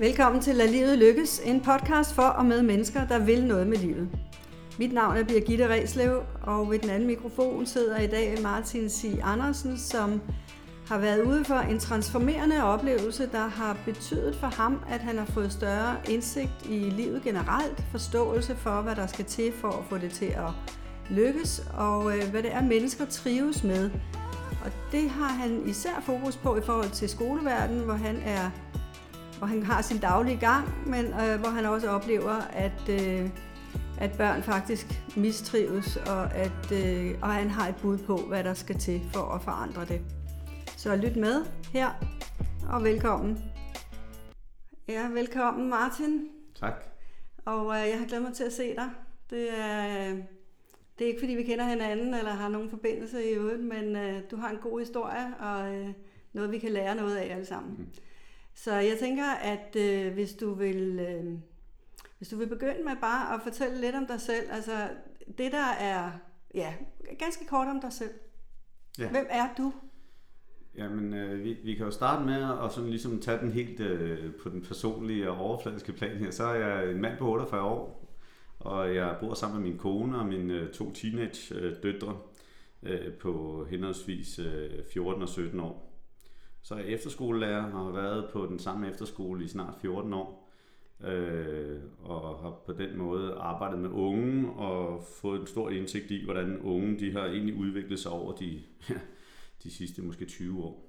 Velkommen til Lad livet lykkes, en podcast for og med mennesker, der vil noget med livet. Mit navn er Birgitte Ræslev, og ved den anden mikrofon sidder i dag Martin C. Andersen, som har været ude for en transformerende oplevelse, der har betydet for ham, at han har fået større indsigt i livet generelt, forståelse for, hvad der skal til for at få det til at lykkes, og hvad det er, mennesker trives med. Og det har han især fokus på i forhold til skoleverdenen, hvor han har sin daglige gang, men hvor han også oplever, at børn faktisk mistrives, og han har et bud på, hvad der skal til for at forandre det. Så lyt med her, og velkommen. Ja, velkommen Martin. Tak. Og jeg har glædet mig til at se dig. Det er ikke fordi vi kender hinanden eller har nogen forbindelse i øvrigt, men du har en god historie og noget vi kan lære noget af alle sammen. Mm. Så jeg tænker, at hvis du vil begynde med bare at fortælle lidt om dig selv, altså det der er, ja, ganske kort om dig selv. Ja. Hvem er du? Jamen, vi kan jo starte med at sådan ligesom tage den helt på den personlige og overfladiske plan her. Så er jeg en mand på 48 år, og jeg bor sammen med min kone og mine 2 teenage døtre på henholdsvis 14 og 17 år. Så er jeg efterskolelærer og har været på den samme efterskole i snart 14 år. Og har på den måde arbejdet med unge og fået en stor indsigt i, hvordan unge de har egentlig udviklet sig over de sidste måske 20 år.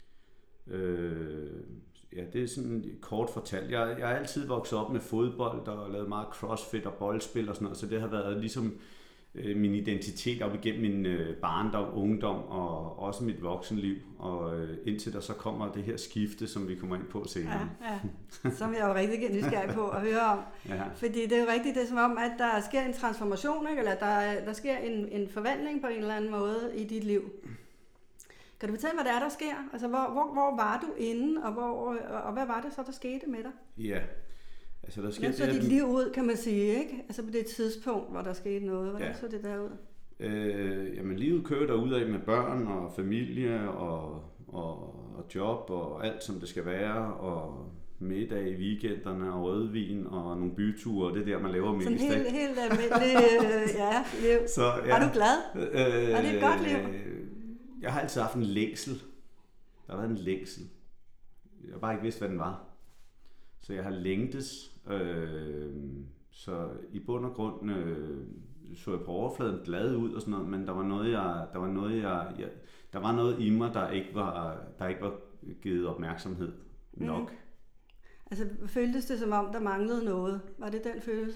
Ja, det er sådan kort fortalt. Jeg er altid vokset op med fodbold og lavet meget crossfit og boldspil og sådan noget, så det har været ligesom min identitet op igennem min barndom, ungdom og også mit voksenliv. Og indtil der så kommer det her skifte, som vi kommer ind på senere. Ja. Som jeg er jo rigtig nysgerrig på at høre om. Ja. Fordi det er jo rigtigt, det er som om, at der sker en transformation, ikke? Eller der sker en forvandling på en eller anden måde i dit liv. Kan du fortælle, hvad det er, der sker? Altså, hvor var du inde, og hvad var det så, der skete med dig? Ja, altså der skete det... Hvordan så dit liv ud, kan man sige, ikke? Altså på det tidspunkt, hvor der skete noget. Hvordan så det derud? Jamen, livet kører derudad med børn og familie og job og alt, som det skal være, og middag i weekenderne og rødvin og nogle byture, det er der, man laver mest. Sådan helt almindelig, liv. Så, ja. Var du glad? Var det et godt liv? Jeg har altid haft en længsel. Der har været en længsel. Jeg har bare ikke vidst, hvad den var. Så jeg har længtes. Så i bund og grund så jeg på overfladen glad ud og sådan noget, men der var noget i mig, der ikke var givet opmærksomhed nok. Mm. Altså føltes det som om, der manglede noget? Var det den følelse?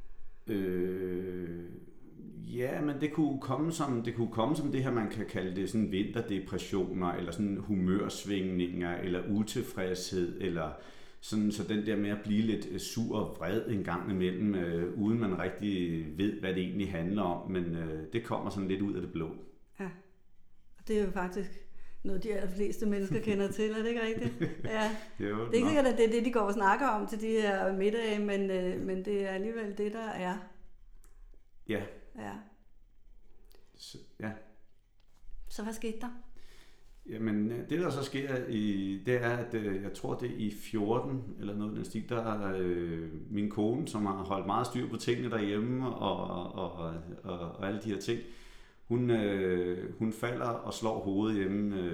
Ja, men det kunne komme som det her, man kan kalde det sådan vinterdepressioner, eller sådan humørsvingninger, eller utilfredshed, eller sådan, så den der med at blive lidt sur og vred en gang imellem, uden man rigtig ved, hvad det egentlig handler om, men det kommer sådan lidt ud af det blå. Ja, og det er jo faktisk noget, de allerfleste mennesker kender til, er det ikke rigtigt? Ja. Det er ikke sikkert, at det er det, de går og snakker om til de her middage, men det er alligevel det, der er. Ja. Ja. Ja. Så hvad skete der? Jamen, det der så sker det er, at jeg tror det er i 14 eller noget af den stil, der er min kone, som har holdt meget styr på tingene derhjemme og alle de her ting, hun falder og slår hovedet hjemme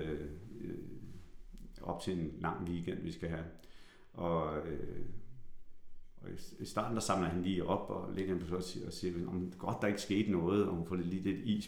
op til en lang weekend, vi skal have. Og i starten der samler han lige op og lægger ham på og siger, om godt der ikke skete noget, og hun får lige lidt is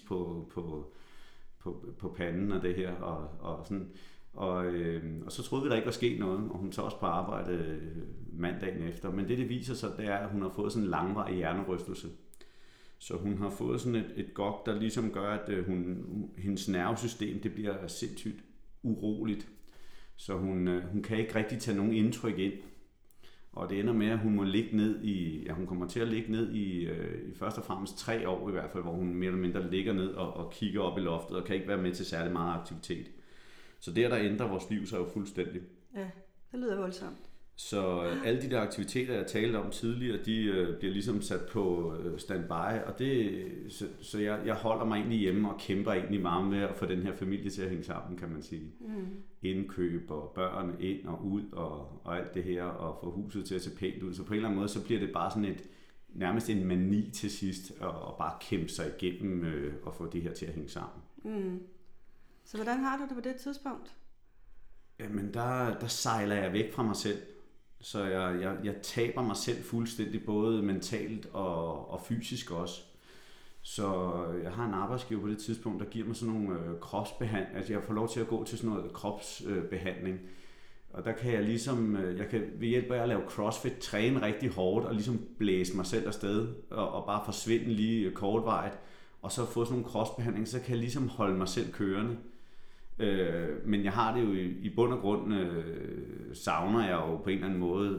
på panden og det her og sådan. Og så troede vi der ikke var sket noget, og hun tager også på arbejde mandagen efter. Men det viser sig, det er, at hun har fået sådan en langvarig hjernerystelse. Så hun har fået sådan et gok, der ligesom gør, at hendes nervesystem det bliver sindssygt uroligt. Så hun kan ikke rigtig tage nogen indtryk ind. Og det ender med, at hun må ligge ned hun kommer til at ligge ned i først og fremmest 3 år i hvert fald, hvor hun mere eller mindre ligger ned og kigger op i loftet og kan ikke være med til særlig meget aktivitet. Så der ændrer vores liv sig jo fuldstændig. Ja, det lyder voldsomt. Så alle de der aktiviteter, jeg talte om tidligere, de bliver ligesom sat på standby, og så jeg holder mig egentlig hjemme og kæmper egentlig meget med at få den her familie til at hænge sammen, kan man sige. Indkøb og børn ind og ud og alt det her, og få huset til at se pænt ud. Så på en eller anden måde, så bliver det bare sådan nærmest en mani til sidst, og bare kæmpe sig igennem og få det her til at hænge sammen. Så hvordan har du det på det tidspunkt? Jamen, der sejler jeg væk fra mig selv. Så jeg taber mig selv fuldstændig, både mentalt og fysisk også. Så jeg har en arbejdsgiver på det tidspunkt, der giver mig sådan nogle kropsbehandling. Altså jeg får lov til at gå til sådan noget kropsbehandling. Og der kan jeg ligesom, ved hjælp af at lave CrossFit, træne rigtig hårdt og ligesom blæse mig selv afsted og bare forsvinde lige kortvarigt. Og så få sådan nogle kropsbehandling, så kan jeg ligesom holde mig selv kørende. Men jeg har det jo i bund og grund, savner jeg jo på en eller anden måde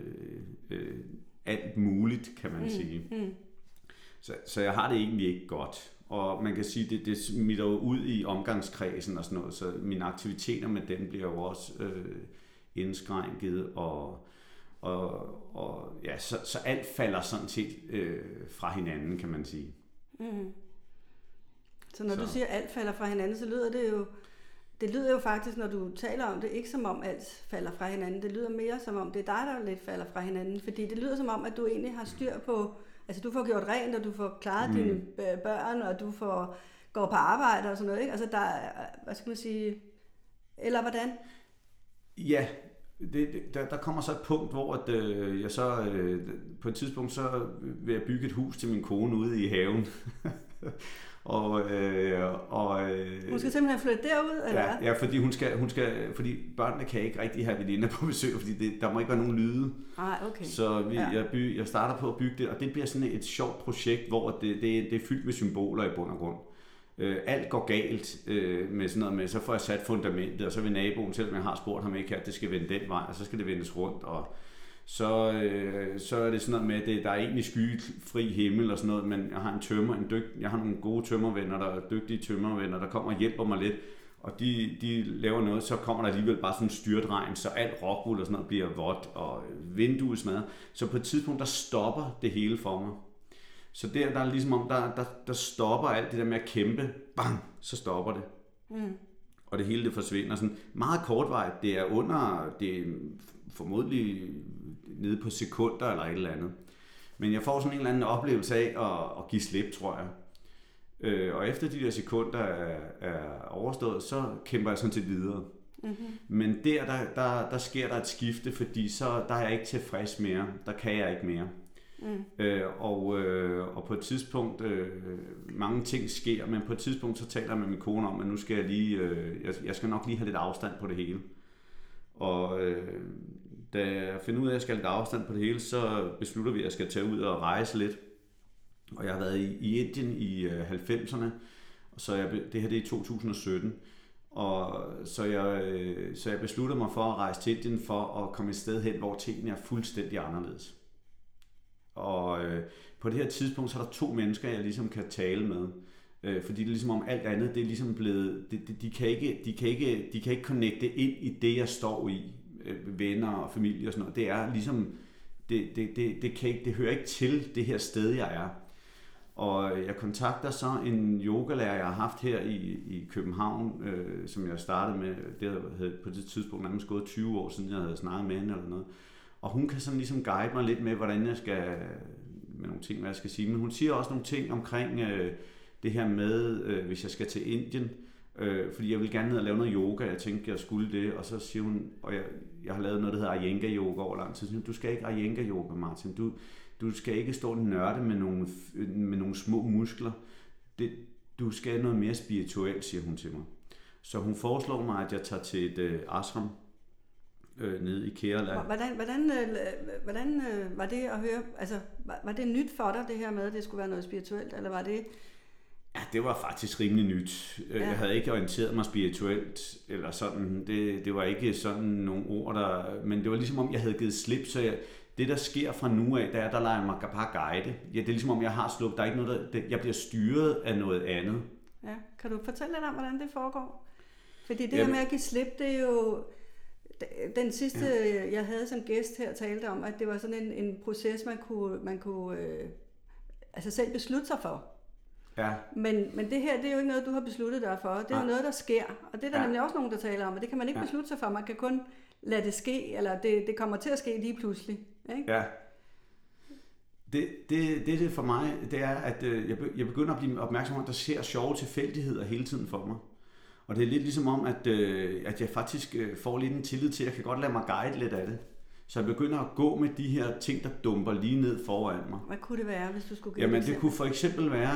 alt muligt, kan man sige. Så jeg har det egentlig ikke godt. Og man kan sige, det smitter jo ud i omgangskredsen og sådan noget, så mine aktiviteter med dem bliver jo også indskrænket, og ja, så alt falder sådan set fra hinanden, kan man sige. Så når du siger, at alt falder fra hinanden, så lyder det lyder jo faktisk, når du taler om det, ikke som om alt falder fra hinanden. Det lyder mere som om, det er dig, der lidt falder fra hinanden. Fordi det lyder som om, at du egentlig har styr på, altså du får gjort rent, og du får klaret dine børn, og du går på arbejde og sådan noget, ikke? Altså der er, hvad skal man sige, eller hvordan? Ja, der kommer så et punkt, hvor at, jeg så på et tidspunkt så vil jeg bygge et hus til min kone ude i haven. Hun skal simpelthen flytte derud, eller hvad? Ja, fordi børnene kan ikke rigtig have veninder på besøg, fordi der må ikke være nogen lyde. Okay. Så jeg starter på at bygge det, og det bliver sådan et sjovt projekt, hvor det er fyldt med symboler i bund og grund. Alt går galt med sådan noget med, så får jeg sat fundamentet, og så vil naboen, selvom jeg har spurgt ham ikke, at det skal vende den vej, og så skal det vendes rundt, og så er det sådan noget med, at der er egentlig skyfri himmel og sådan noget, men jeg har jeg har nogle gode tømmervenner, der er dygtige tømmervenner, der kommer og hjælper mig lidt, og de laver noget, så kommer der alligevel bare sådan en styrtregn, så alt rockwool og sådan noget bliver vådt, og vinduet smadret. Så på et tidspunkt, der stopper det hele for mig. Så der er ligesom om, der stopper alt det der med at kæmpe, bang, så stopper det. Og det hele det forsvinder sådan meget kortvarigt. Det er formodentlig nede på sekunder eller et eller andet. Men jeg får sådan en eller anden oplevelse af at give slip, tror jeg. Og efter de der sekunder er overstået, så kæmper jeg sådan set videre. Men der sker der et skifte, fordi så der er jeg ikke tilfreds mere. Der kan jeg ikke mere. Og på et tidspunkt, mange ting sker, men på et tidspunkt så taler jeg med min kone om, at nu skal jeg skal nok lige have lidt afstand på det hele. Og da jeg finder ud af, at jeg skal have lidt afstand på det hele, så beslutter vi, at jeg skal tage ud og rejse lidt. Og jeg har været i Indien i 90'erne, så det her det er i 2017. Og så jeg beslutter mig for at rejse til Indien for at komme et sted hen, hvor tingene er fuldstændig anderledes. Og på det her tidspunkt, så er der 2 mennesker, jeg ligesom kan tale med. Fordi det er ligesom om alt andet, det er ligesom blevet, de kan ikke connecte ind i det, jeg står i. Venner og familie og sådan noget. Det er ligesom, det hører ikke til det her sted, jeg er. Og jeg kontakter så en yogalærer, jeg har haft her i København, som jeg startede med. Det havde på det tidspunkt nærmest gået 20 år siden, jeg havde snakket med hende eller noget. Og hun kan sådan ligesom guide mig lidt med, hvordan jeg skal, med nogle ting, hvad jeg skal sige. Men hun siger også nogle ting omkring det her med, hvis jeg skal til Indien, fordi jeg vil gerne ned og lave noget yoga, jeg tænkte, jeg skulle det, og så siger hun, og jeg har lavet noget, der hedder Iyengar yoga over lang tid, så du skal ikke Iyengar yoga, Martin, du skal ikke stå og nørde med nogle små muskler, du skal noget mere spirituelt, siger hun til mig. Så hun foreslår mig, at jeg tager til et ashram, nede i Kerala. Hvordan var det at høre, altså var det nyt for dig, det her med, at det skulle være noget spirituelt, eller var det? Ja, det var faktisk rimelig nyt. Ja. Jeg havde ikke orienteret mig spirituelt, eller sådan, det var ikke sådan nogle ord, men det var ligesom om, jeg havde givet slip, så det der sker fra nu af, der lader jeg mig bare guide. Ja, det er ligesom om, jeg har sluppet, der er ikke noget, jeg bliver styret af noget andet. Ja, kan du fortælle lidt om, hvordan det foregår? Fordi det her med at give slip, det er jo Den sidste, jeg havde som gæst her, talte om, at det var sådan en proces, man kunne altså selv beslutte sig for. Ja. Men det her, det er jo ikke noget, du har besluttet dig for. Det er jo noget, der sker. Og det er der nemlig også nogen, der taler om, og det kan man ikke beslutte sig for. Man kan kun lade det ske, eller det kommer til at ske lige pludselig. Ikke? Ja. Det for mig, det er, at jeg begynder at blive opmærksom på, at der sker sjove tilfældigheder hele tiden for mig. Og det er lidt ligesom om, at jeg faktisk får lidt en tillid til, at jeg kan godt lade mig guide lidt af det. Så jeg begynder at gå med de her ting, der dumper lige ned foran mig. Hvad kunne det være, hvis du skulle give Jamen, det kunne for eksempel være,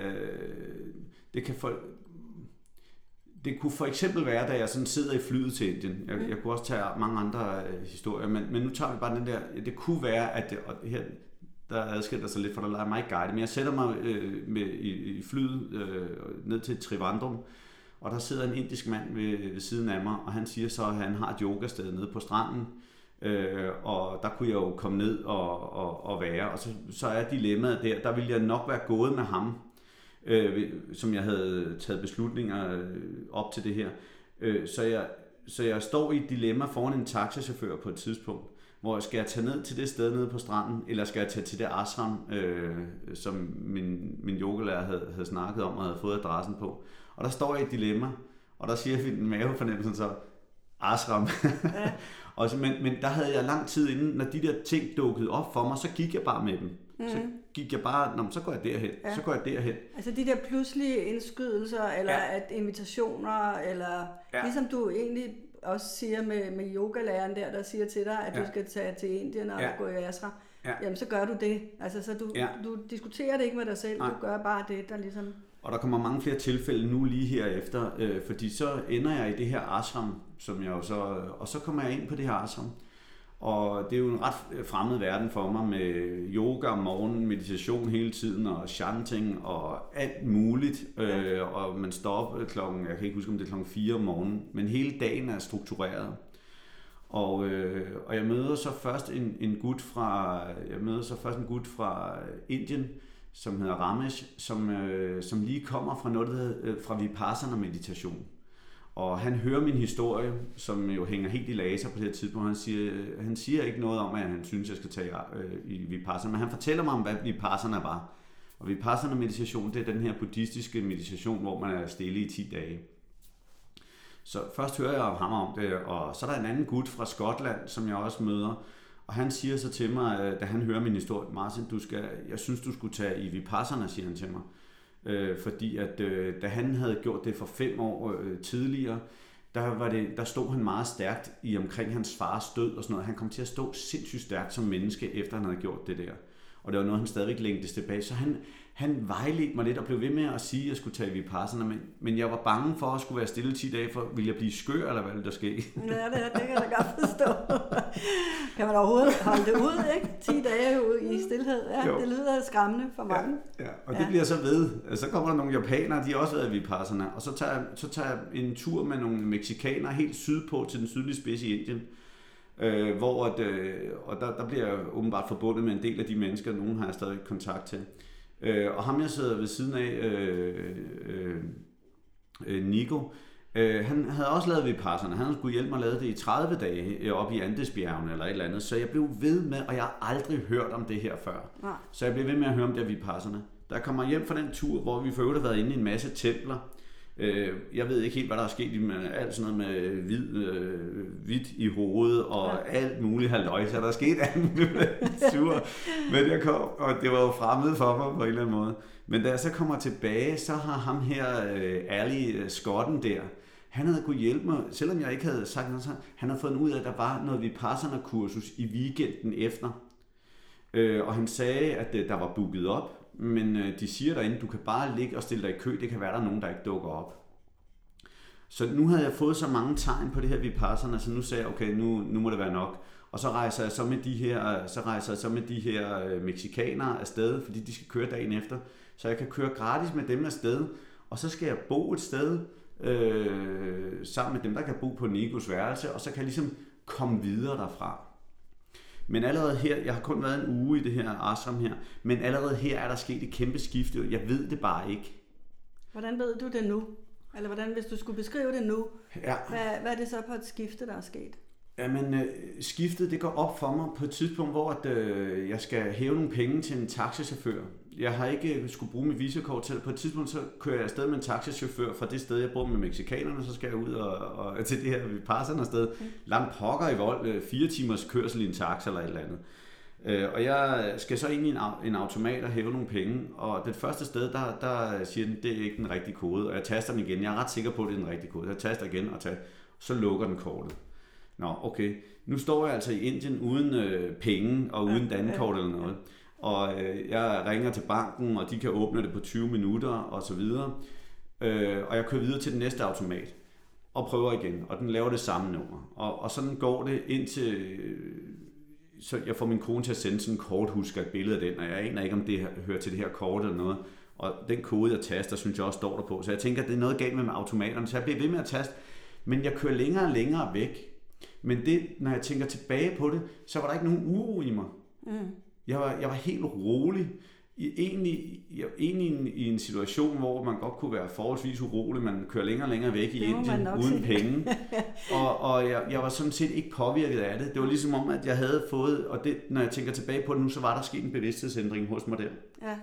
da jeg sådan sidder i flyet til Indien. Jeg kunne også tage mange andre historier, men nu tager vi bare den der. Det kunne være, at her der adskiller sig lidt, for der lader mig ikke guide. Men jeg sætter mig i flyet ned til Trivandrum, og der sidder en indisk mand ved siden af mig, og han siger så, at han har et yogasted nede på stranden, og der kunne jeg jo komme ned og være. Og så er dilemmaet der ville jeg nok være gået med ham, som jeg havde taget beslutninger op til det her. Så jeg står i et dilemma foran en taxachauffør på et tidspunkt, hvor skal jeg tage ned til det sted nede på stranden, eller skal jeg tage til det ashram, som min yogalærer havde snakket om og havde fået adressen på. Og der står jeg i et dilemma, og der siger jeg mavefornemmelsen så, ashram. Ja. Men der havde jeg lang tid inden, når de der ting dukkede op for mig, så gik jeg bare med dem. Så gik jeg bare, så går jeg derhen, så går jeg derhen. Altså de der pludselige indskydelser, eller at invitationer, eller ligesom du egentlig også siger med yogalæreren der siger til dig, at du skal tage til Indien og gå i ashram, jamen så gør du det. Altså så du diskuterer det ikke med dig selv, du gør bare det, der ligesom... Og der kommer mange flere tilfælde nu lige herefter, fordi så ender jeg i det her ashram, som jeg jo så, og så kommer jeg ind på det her ashram. Og det er jo en ret fremmed verden for mig med yoga om morgenen, meditation hele tiden og chanting og alt muligt. Og man står op klokken, jeg kan ikke huske om det er klokken 4 om morgenen, men hele dagen er struktureret. Og jeg møder så først en gut fra Indien, som hedder Ramesh, som lige kommer fra noget, der hedder, fra Vipassana meditation. Og han hører min historie, som jo hænger helt i laser på det her tidspunkt. Han siger ikke noget om, at han synes, jeg skal tage i Vipassana, men han fortæller mig om, hvad Vipassana var. Og Vipassana meditation, det er den her buddhistiske meditation, hvor man er stille i 10 dage. Så først hører jeg ham om det, og så er der en anden gut fra Skotland, som jeg også møder. Og han siger så til mig, da han hører min historie, Martin, jeg synes, du skulle tage i Vipassana, siger han til mig. Fordi at da han havde gjort det for 5 år tidligere, der stod han meget stærkt i omkring hans fars død og sådan noget. Han kom til at stå sindssygt stærkt som menneske, efter han havde gjort det der. Og det var noget, han stadigvæk længtes tilbage. Så han vejledte mig lidt og blev ved med at sige, at jeg skulle tage Vipassana, men jeg var bange for at skulle være stille 10 dage, for ville jeg blive skør, eller hvad ville der ske? Ja, det kan jeg da godt forstå. Kan man overhovedet holde det ud, ikke? 10 dage ude i stilhed. Ja, det lyder skræmmende for mange. Ja. Og det bliver så ved. Så kommer der nogle japanere, de har også været i Vipassana, og så tager jeg en tur med nogle mexikanere helt sydpå til den sydlige spids i Indien. Og der bliver jeg åbenbart forbundet med en del af de mennesker, nogen har jeg stadig kontakt til. Og ham jeg sidder ved siden af, Nico, han havde også lavet Vipassana. Han skulle hjælpe mig at lave det i 30 dage oppe i Andesbjergene eller et eller andet. Så jeg blev ved med, og jeg har aldrig hørt om det her før. Nej. Så jeg blev ved med at høre om det Vipassana. Da jeg kommer hjem fra den tur, hvor vi for øvrigt har været inde i en masse templer. Jeg ved ikke helt, hvad der er sket, men alt sådan noget med hvidt i hovedet og alt muligt halløj, så der er sket alt muligt. Men jeg kom, og det var jo fremmed for mig på en eller anden måde. Men da jeg så kommer tilbage, så har ham her, Ali Skotten der, han havde kunnet hjælpe mig, selvom jeg ikke havde sagt noget sådan, han havde fundet ud af, at der var noget Vipassana-kursus i weekenden efter. Og han sagde, at der var booket op, men de siger derinde, du kan bare ligge og stille dig i kø, det kan være, der er nogen, der ikke dukker op. Så nu havde jeg fået så mange tegn på det her Vipassana, så nu sagde jeg, okay, nu må det være nok. Og så rejser jeg så med de her, mexikanere afsted, fordi de skal køre dagen efter, så jeg kan køre gratis med dem afsted, og så skal jeg bo et sted sammen med dem, der kan bo på Nikos værelse, og så kan jeg ligesom komme videre derfra. Men allerede her, jeg har kun været en uge i det her ashram her, men allerede her er der sket et kæmpe skifte, jeg ved det bare ikke. Hvordan ved du det nu? Eller hvordan, hvis du skulle beskrive det nu, hvad er det så på et skifte, der er sket? Jamen, skiftet det går op for mig på et tidspunkt, hvor jeg skal hæve nogle penge til en taxichauffør. Jeg har ikke skulle bruge mit visakort til det. På et tidspunkt så kører jeg afsted med en taxichauffør fra det sted, jeg bor med mexikanerne, så skal jeg ud og til det her Vipassana sted. Langt pokker i vold, 4 timers kørsel i en taxa eller et eller andet. Og jeg skal så ind i en automat og hæve nogle penge, og det første sted, der siger den, det er ikke den rigtige kode, og jeg taster den igen. Jeg er ret sikker på, at det er den rigtige kode. Jeg taster igen, og så lukker den kortet. Nå, okay. Nu står jeg altså i Indien uden penge og uden dankort eller noget. Og jeg ringer til banken, og de kan åbne det på 20 minutter og så videre. Og jeg kører videre til den næste automat og prøver igen, og den laver det samme nummer. Og sådan går det indtil så jeg får min kone til at sende sådan en korthusker, et billede af den, og jeg aner ikke, om det hører til det her kort eller noget. Og den kode, jeg taster, synes jeg også står der på. Så jeg tænker, at det er noget galt med automaterne, så jeg bliver ved med at taste. Men jeg kører længere og længere væk. Men det, når jeg tænker tilbage på det, så var der ikke nogen uro i mig. Jeg var helt rolig. Egentlig i en situation, hvor man godt kunne være forholdsvis urolig. Man kører længere og længere væk i Indien uden penge. Og jeg var sådan set ikke påvirket af det. Det var ligesom om, at jeg havde fået, og det, når jeg tænker tilbage på det nu, så var der sket en bevidsthedsændring hos mig der. Ja.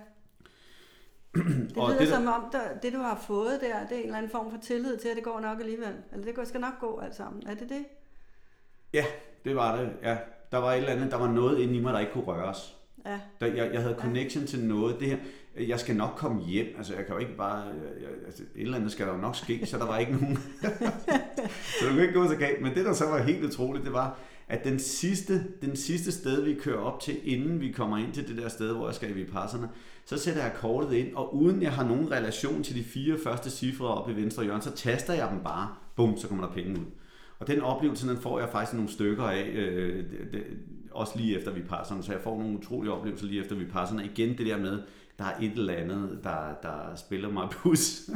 Det lyder som om, det du har fået der, det er en eller anden form for tillid til, at det går nok alligevel. Eller det skal nok gå alt sammen. Er det det? Ja, det var det. Ja. Der var et eller andet, der var noget inde i mig, der ikke kunne røres. Ja. Jeg havde connection til noget. Det her, jeg skal nok komme hjem. Altså, jeg kan jo ikke bare... et eller andet skal der jo nok ske, så der var ikke nogen... så det kunne ikke gå så galt. Men det, der så var helt utroligt, det var, at den sidste sted, vi kører op til, inden vi kommer ind til det der sted, hvor jeg skal i Vipassana, så sætter jeg kortet ind, og uden jeg har nogen relation til de 4 første cifre oppe i venstre hjørne, så taster jeg dem bare. Bum, så kommer der penge ud. Og den oplevelse, den får jeg faktisk nogle stykker af, også lige efter Vipassana, så jeg får nogle utrolige oplevelser lige efter Vipassana. Igen det der med, der er et eller andet, der spiller mig pus.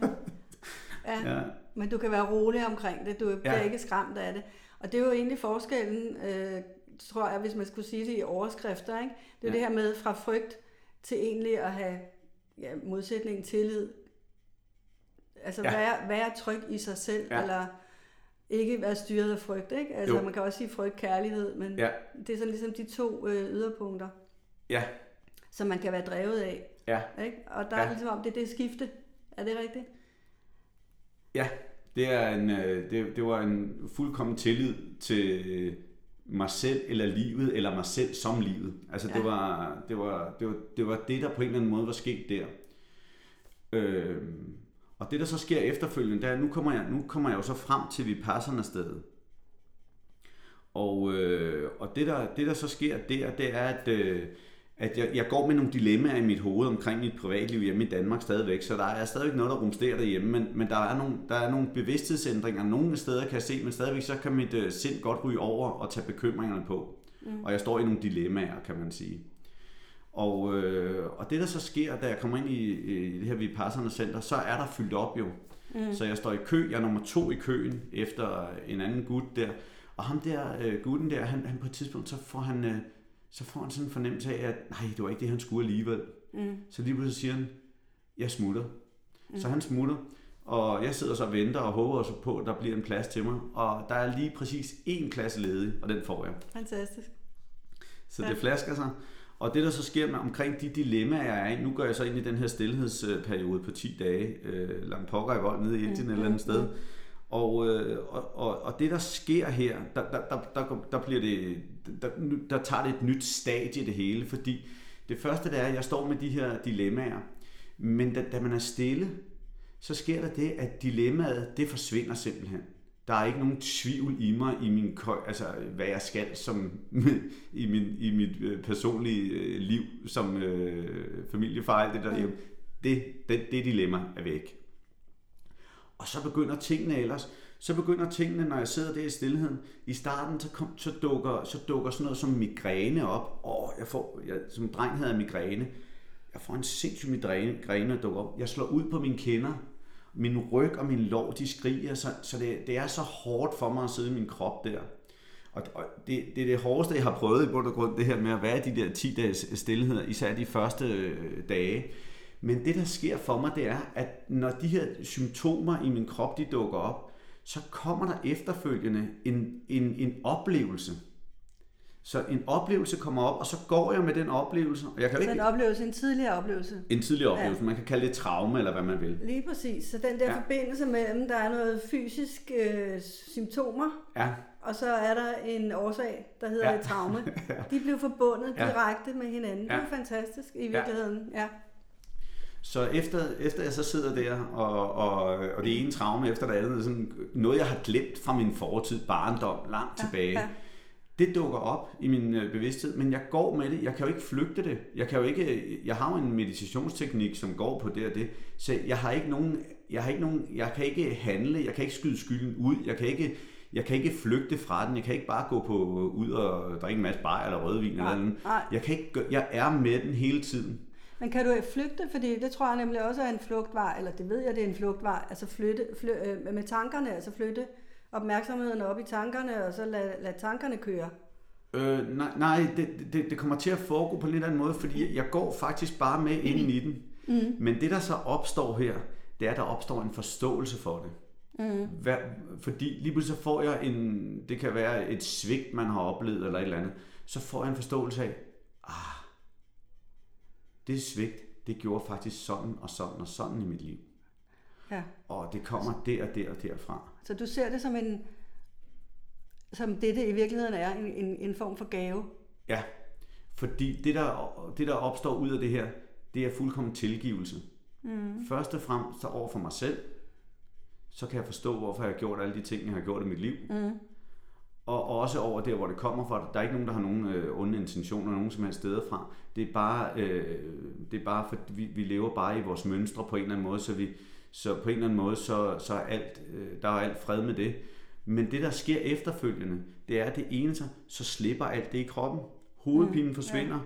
Ja. Men du kan være rolig omkring det, du bliver ikke skræmt af det. Og det er jo egentlig forskellen, tror jeg, hvis man skulle sige det i overskrifter, ikke? Det er det her med fra frygt til egentlig at have modsætningen tillid. Altså være tryg i sig selv, eller ikke være styret af frygt, ikke? Altså man kan også sige frygt, kærlighed, men det er sådan ligesom de 2 yderpunkter, som man kan være drevet af. Ikke? Og der er ligesom om, det skifte. Er det rigtigt? Ja, det var en fuldkommen tillid til mig selv eller livet, eller mig selv som livet. Altså det var det, der på en eller anden måde var sket der. Og det, der så sker efterfølgende, det er, nu kommer jeg jo så frem til Vipassana-stedet. Og det, der så sker der, det er, at jeg går med nogle dilemmaer i mit hoved omkring mit privatliv hjemme i Danmark stadigvæk, så der er stadigvæk noget, der rumsterer derhjemme, men der er nogle bevidsthedsændringer. Nogle steder kan jeg se, men stadigvæk så kan mit sind godt ryge over og tage bekymringerne på. Og jeg står i nogle dilemmaer, kan man sige. Og det, der så sker, da jeg kommer ind i det her Vipassana Center, så er der fyldt op jo. Så jeg står i kø, jeg er nummer 2 i køen efter en anden gut der. Og ham der, gutten der, han på et tidspunkt, så får han sådan en fornemmelse af, at nej, det var ikke det, han skulle alligevel. Så lige pludselig siger han, jeg smutter. Så han smutter, og jeg sidder så og venter og håber også på, at der bliver en plads til mig. Og der er lige præcis 1 plads ledig, og den får jeg. Fantastisk. Så det flasker sig. Og det, der så sker med omkring de dilemmaer, jeg er i, nu går jeg så ind i den her stillhedsperiode på 10 dage, langt pokker i vold nede i Indien et eller andet sted. Og det, der sker her, der tager det et nyt stadie det hele, fordi det første, det er, at jeg står med de her dilemmaer, men da man er stille, så sker der det, at dilemmaet, det forsvinder simpelthen. Der er ikke nogen tvivl i mig, i min, altså hvad jeg skal som, i mit personlige liv som familiefar, alt det der hjemme. Det dilemma er væk. Og så begynder tingene når jeg sidder der i stilheden, i starten, så dukker sådan noget som migræne op. Som dreng havde jeg migræne. Jeg får en sindssyg migræne, der dukker op. Jeg slår ud på mine kinder. Min ryg og min lår, de skriger, så det er så hårdt for mig at sidde i min krop der. Og det er det hårdeste, jeg har prøvet i bund og grund, det her med at være de der 10 dages stilhed, især de første dage. Men det, der sker for mig, det er, at når de her symptomer i min krop, de dukker op, så kommer der efterfølgende en oplevelse. Så en oplevelse kommer op, og så går jeg med den oplevelse. Og jeg kan en oplevelse, en tidligere oplevelse. En tidligere oplevelse, ja. Man kan kalde det traume, eller hvad man vil. Lige præcis. Så den der forbindelse mellem, der er noget fysisk symptomer, og så er der en årsag, der hedder et traume. De blev forbundet direkte med hinanden. Det er fantastisk i virkeligheden. Ja. Så efter jeg så sidder der, og det ene traume efter det andet, sådan noget jeg har glemt fra min fortid, barndom, langt tilbage, det dukker op i min bevidsthed, men jeg går med det. Jeg kan jo ikke flygte det. Jeg har jo en meditationsteknik, som går på det og det, så jeg kan ikke handle, jeg kan ikke skyde skylden ud, jeg kan ikke flygte fra den, jeg kan ikke bare gå ud og drikke en masse bajer eller rødvin eller noget. Jeg er med den hele tiden. Men kan du flygte, fordi det tror jeg nemlig også er en flugtvej, eller det ved jeg, det er en flugtvej, altså med tankerne, altså flytte opmærksomheden op i tankerne, og så lad tankerne køre? Nej, det kommer til at foregå på en lidt anden måde, fordi jeg går faktisk bare med ind i den. Men det, der så opstår her, det er, at der opstår en forståelse for det. Fordi lige pludselig så får jeg det kan være et svigt, man har oplevet, eller et eller andet, så får jeg en forståelse af, det svigt, det gjorde faktisk sådan og sådan og sådan i mit liv. Ja. Og det kommer der og der og derfra. Så du ser det som det i virkeligheden er, en form for gave? Ja, fordi det der opstår ud af det her, det er fuldkommen tilgivelse. Først og fremmest så over for mig selv, så kan jeg forstå, hvorfor jeg har gjort alle de ting, jeg har gjort i mit liv. Og også over der, hvor det kommer fra. Der er ikke nogen, der har nogen onde intentioner nogen som helst steder fra. Det er bare for vi lever bare i vores mønstre på en eller anden måde, så på en eller anden måde så er alt, der er alt fred med det. Men det, der sker efterfølgende, det er, at det ene så slipper alt det i kroppen. Hovedpinen forsvinder.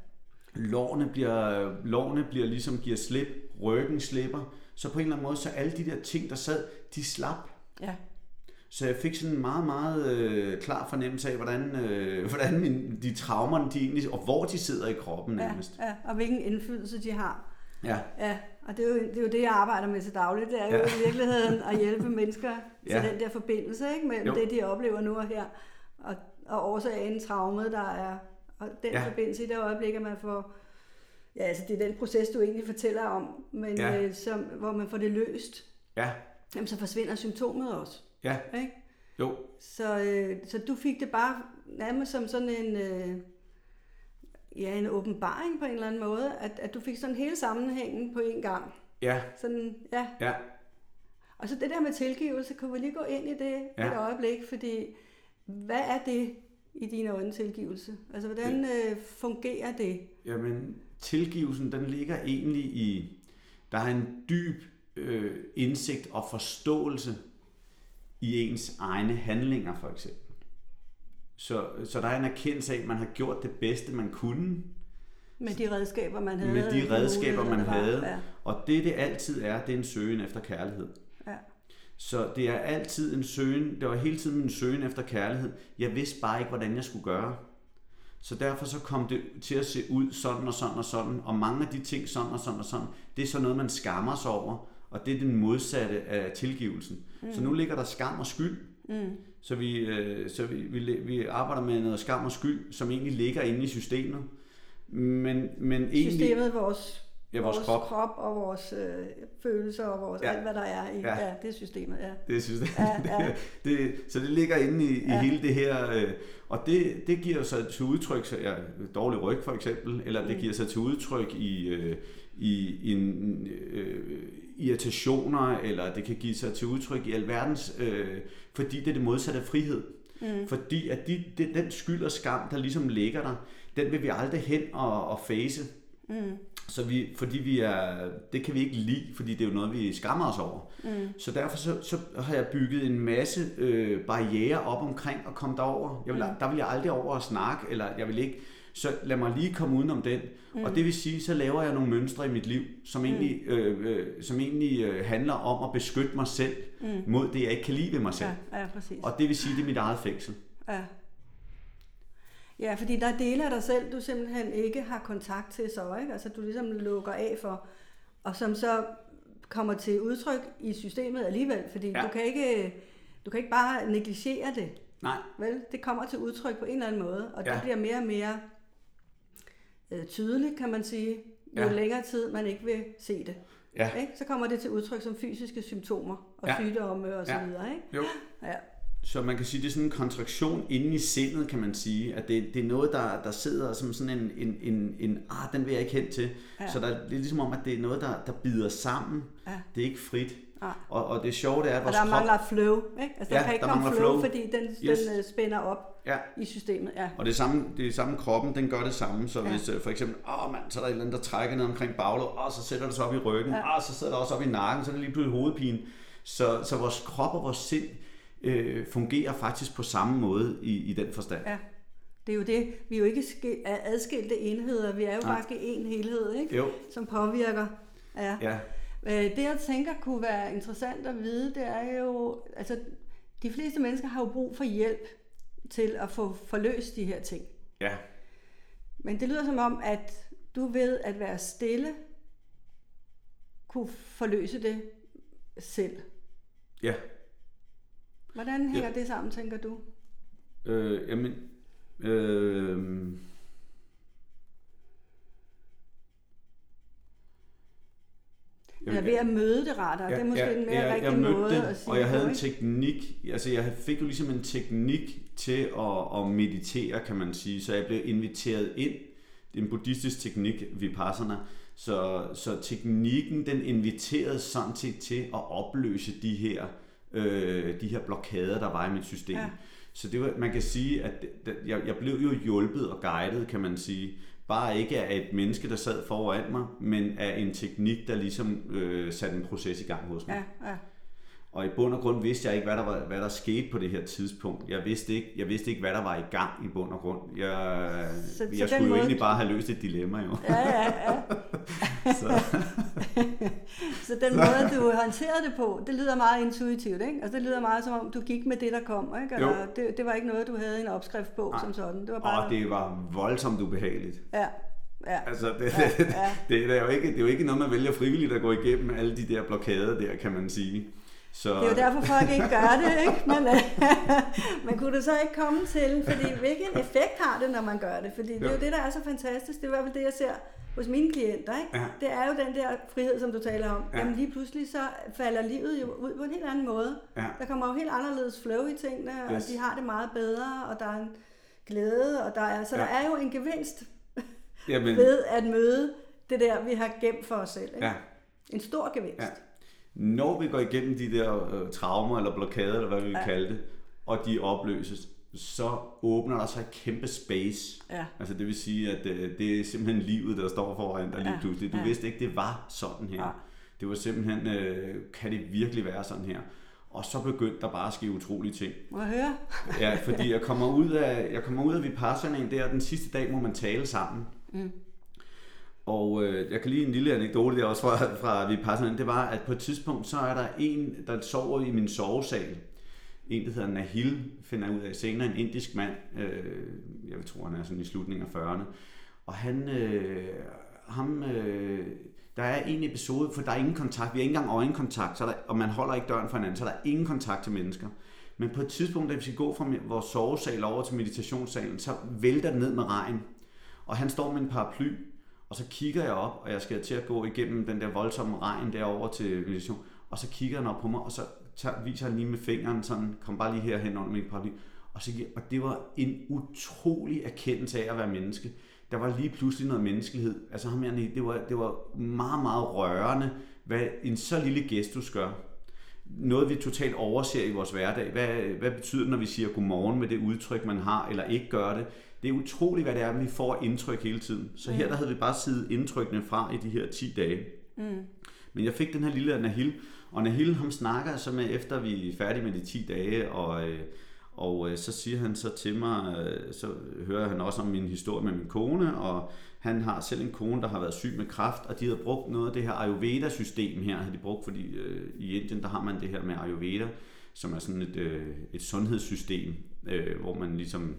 Lårene bliver ligesom giver slip. Ryggen slipper. Så på en eller anden måde, så alle de der ting, der sad, de slap. Ja. Så jeg fik sådan en meget, meget klar fornemmelse af, hvordan de traumer, de egentlig, og hvor de sidder i kroppen nærmest. Ja, og hvilken indflydelse de har. Ja, og det er jo det, jeg arbejder med til dagligt. Det er jo i virkeligheden at hjælpe mennesker til den der forbindelse, ikke, mellem det, de oplever nu og her, og årsagen, traumet, der er, og den forbindelse i det øjeblik, at man får, altså det er den proces, du egentlig fortæller om, men hvor man får det løst, jamen, så forsvinder symptomet også. Ja. Ikke? Jo. Så du fik det bare nærmest som sådan en åbenbaring på en eller anden måde, at du fik sådan hele sammenhængen på en gang. Ja. Sådan, ja. Og så det der med tilgivelse, kunne vi lige gå ind i det et øjeblik, fordi hvad er det i dine øjne tilgivelse? Altså hvordan fungerer det? Jamen tilgivelsen, den ligger egentlig der er en dyb indsigt og forståelse i ens egne handlinger, for eksempel. Så der er en erkendelse af, at man har gjort det bedste, man kunne. Med de redskaber, man havde. Med de redskaber, man havde. Ja. Og det altid er, det er en søgen efter kærlighed. Ja. Så det er altid en søgen, det var hele tiden en søgen efter kærlighed. Jeg vidste bare ikke, hvordan jeg skulle gøre. Så derfor så kom det til at se ud sådan og sådan og sådan. Og mange af de ting, sådan og sådan og sådan, det er så noget, man skammer sig over. Og det er den modsatte af tilgivelsen. Så nu ligger der skam og skyld. Så vi arbejder med noget skam og skyld, som egentlig ligger inde i systemet. Men egentlig, systemet, vores krop og vores følelser og vores alt, hvad der er i. Ja, det er systemet. Ja. Det er systemet. Ja. Så det ligger inde i hele det her. Og det giver sig til udtryk, så dårlig ryg for eksempel, eller det giver sig til udtryk i irritationer, eller det kan give sig til udtryk i alverdens, fordi det er det modsatte af frihed. Fordi at den skyld og skam, der ligesom ligger der, den vil vi aldrig hen og face. Så det kan vi ikke lide, fordi det er jo noget, vi skammer os over. Så derfor så har jeg bygget en masse barrierer op omkring at komme derover. Der vil jeg aldrig over at snakke, eller jeg vil ikke. Så lad mig lige komme udenom den. Og det vil sige, så laver jeg nogle mønstre i mit liv, som egentlig handler om at beskytte mig selv mod det, jeg ikke kan lide ved mig selv. Ja, præcis. Og det vil sige, det er mit eget fængsel. Ja, fordi der er dele af dig selv, du simpelthen ikke har kontakt til så, ikke? Altså du ligesom lukker af for, og som så kommer til udtryk i systemet alligevel, fordi du kan ikke, du kan ikke bare negligere det. Nej. Vel, det kommer til udtryk på en eller anden måde, og det bliver mere og mere tydeligt, kan man sige, jo længere tid man ikke vil se det. Ja. Ikke? Så kommer det til udtryk som fysiske symptomer og sygdomme og så videre. Ikke? Jo. Ja. Så man kan sige, det er sådan en kontraktion inde i sindet, kan man sige, at det er noget, der sidder som sådan den vil jeg ikke hen til. Ja. Så det er ligesom om, at det er noget, der bider sammen. Ja. Det er ikke frit. Ja. Og det sjove, det er, at vores krop... Og der mangler flow, ikke? Altså der kan ikke komme flow, fordi den spænder op i systemet. Ja. Og det er samme kroppen, den gør det samme. Så hvis for eksempel, så er der et eller andet, der trækker ned omkring baglåret, så sætter det sig op i ryggen, så sidder det også op i nakken, så er det lige pludselig hovedpine. Så vores krop og vores sind fungerer faktisk på samme måde i den forstand. Ja, det er jo det. Vi er jo ikke adskilte enheder. Vi er jo faktisk en helhed, ikke? Jo. Som påvirker. Ja. Det jeg tænker kunne være interessant at vide, det er jo, altså de fleste mennesker har jo brug for hjælp til at få forløst de her ting. Ja. Men det lyder som om, at du ved at være stille kunne forløse det selv. Ja. Hvordan hænger det sammen, tænker du? Eller ved at møde det rettere, det er måske en mere rigtig måde at sige. Og jeg havde en teknik, altså jeg fik jo ligesom en teknik til at meditere, kan man sige, så jeg blev inviteret ind. Det er en buddhistisk teknik, vipassana, så teknikken, den inviterede sådan set til at opløse de her blokader, der var i mit system. Ja. Så det var, man kan sige, at jeg blev jo hjulpet og guidet, kan man sige. Bare ikke af et menneske, der sad foran mig, men af en teknik, der ligesom satte en proces i gang hos mig. Ja. Og i bund og grund vidste jeg ikke, hvad der skete på det her tidspunkt. Jeg vidste ikke, hvad der var i gang i bund og grund. Jeg skulle jo egentlig bare have løst et dilemma, jo. Ja. Så den måde, du håndterede det på, det lyder meget intuitivt, ikke? Altså det lyder meget som om, du gik med det, der kom, ikke? Eller det var ikke noget, du havde en opskrift på som sådan. Det var bare det var voldsomt ubehageligt. Ja. Altså det er jo ikke noget, man vælger frivilligt at gå igennem alle de der blokader der, kan man sige. Så... Det er jo derfor folk ikke gør det, ikke? Men kunne du så ikke komme til, fordi hvilken effekt har det, når man gør det? Fordi det er jo det, der er så fantastisk. Det er i hvert fald det, jeg ser hos mine klienter, ikke? Ja. Det er jo den der frihed, som du taler om. Ja. Jamen lige pludselig så falder livet jo ud på en helt anden måde. Ja. Der kommer jo helt anderledes flow i tingene, og de har det meget bedre, og der er en glæde, og der er jo en gevinst ved at møde det der, vi har gemt for os selv. Ikke? Ja. En stor gevinst. Ja. Når vi går igennem de der traumer eller blokader, eller hvad vi vil kalde det, og de opløses, så åbner der sig et kæmpe space. Ja. Altså det vil sige, at det er simpelthen livet, der står foran dig lige pludselig. Du vidste ikke, det var sådan her. Ja. Det var simpelthen, kan det virkelig være sådan her? Og så begyndte der bare at ske utrolige ting. Må jeg høre? Ja, fordi jeg kommer ud af Vipassanaen der, den sidste dag må man tale sammen. Mm. Og jeg kan lige en lille anekdote der også fra Vipassanaen. Det var, at på et tidspunkt, så er der en, der sover i min sovesal. En, der hedder Nahil, finder ud af senere, en indisk mand. Jeg tror, han er sådan i slutningen af 40'erne. Og der er en episode, for der er ingen kontakt. Vi har ikke engang øjenkontakt, og man holder ikke døren for hinanden, så der er ingen kontakt til mennesker. Men på et tidspunkt, da vi skal gå fra vores sovesal over til meditationssalen, så vælter det ned med regn. Og han står med en paraply, og så kigger jeg op, og jeg skal til at gå igennem den der voldsomme regn derover til meditation. Og så kigger han op på mig, og så viser han lige med fingeren sådan, kom bare lige herhen under mit paraply. Og det var en utrolig erkendelse af at være menneske. Der var lige pludselig noget menneskelighed. Altså det var meget, meget rørende, hvad en så lille gestus gør. Noget vi totalt overser i vores hverdag. Hvad betyder det, når vi siger godmorgen med det udtryk, man har, eller ikke gør det? Det er utroligt, hvad det er, vi får indtryk hele tiden. Så her der havde vi bare siddet indtrykkene fra i de her 10 dage. Mm. Men jeg fik den her lille Nahil, og Nahil, ham snakker jeg så med, efter vi er færdige med de 10 dage, og så siger han så til mig, så hører han også om min historie med min kone, og han har selv en kone, der har været syg med kræft, og de havde brugt noget af det her Ayurveda-system her, havde de brugt, fordi i Indien, der har man det her med Ayurveda, som er sådan et sundhedssystem, hvor man ligesom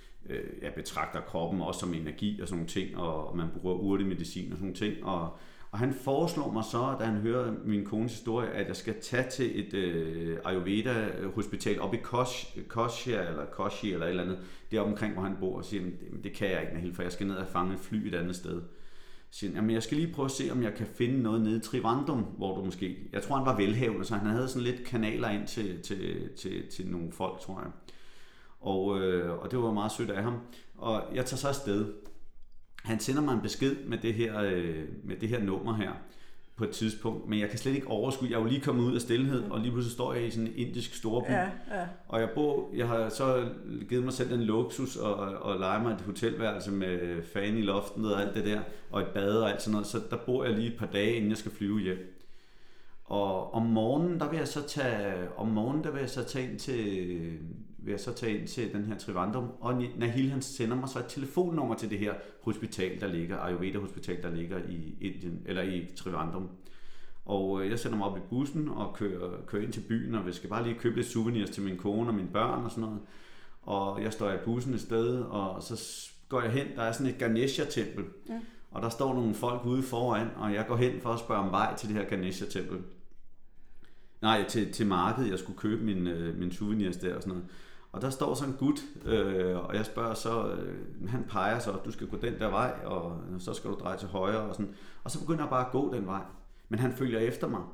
betragter kroppen også som energi og sådan nogle ting, og man bruger urtemedicin og sådan nogle ting, og Og han foreslår mig så, da han hører min kones historie, at jeg skal tage til et Ayurveda-hospital oppe i Koshi eller et eller andet, deroppe omkring, hvor han bor, og siger, det kan jeg ikke, Nahil, for jeg skal ned og fange et fly et andet sted. Så siger han, jeg skal lige prøve at se, om jeg kan finde noget nede i Trivandrum, hvor du måske, jeg tror han var velhavende, så han havde sådan lidt kanaler ind til nogle folk, tror jeg. Og det var meget sødt af ham. Og jeg tager så afsted. Han sender mig en besked med det her nummer her på et tidspunkt, men jeg kan slet ikke overskue. Jeg er jo lige kommet ud af stilhed, og lige pludselig står jeg i sådan en indisk storby. Ja. Og jeg har så givet mig selv den luksus og leje mig et hotelværelse med fan i loften og alt det der, og et bad og alt sådan noget. Så der bor jeg lige et par dage, inden jeg skal flyve hjem. Og om morgenen, der vil jeg så tage ind til den her Trivandrum, og Nahil han sender mig så et telefonnummer til det her hospital, der ligger, Ayurveda Hospital, der ligger i Indien, eller i Trivandrum. Og jeg sender mig op i bussen og kører ind til byen, og vi skal bare lige købe lidt souvenirs til min kone og mine børn og sådan noget. Og jeg står i bussen et sted, og så går jeg hen, der er sådan et Ganesha-tempel, og der står nogle folk ude foran, og jeg går hen for at spørge om vej til det her Ganesha-tempel. Nej, til markedet, jeg skulle købe min souvenirs der og sådan noget. Og der står så en gut, og jeg spørger så, han peger så, du skal gå den der vej, og så skal du dreje til højre og sådan. Og så begynder jeg bare at gå den vej. Men han følger efter mig.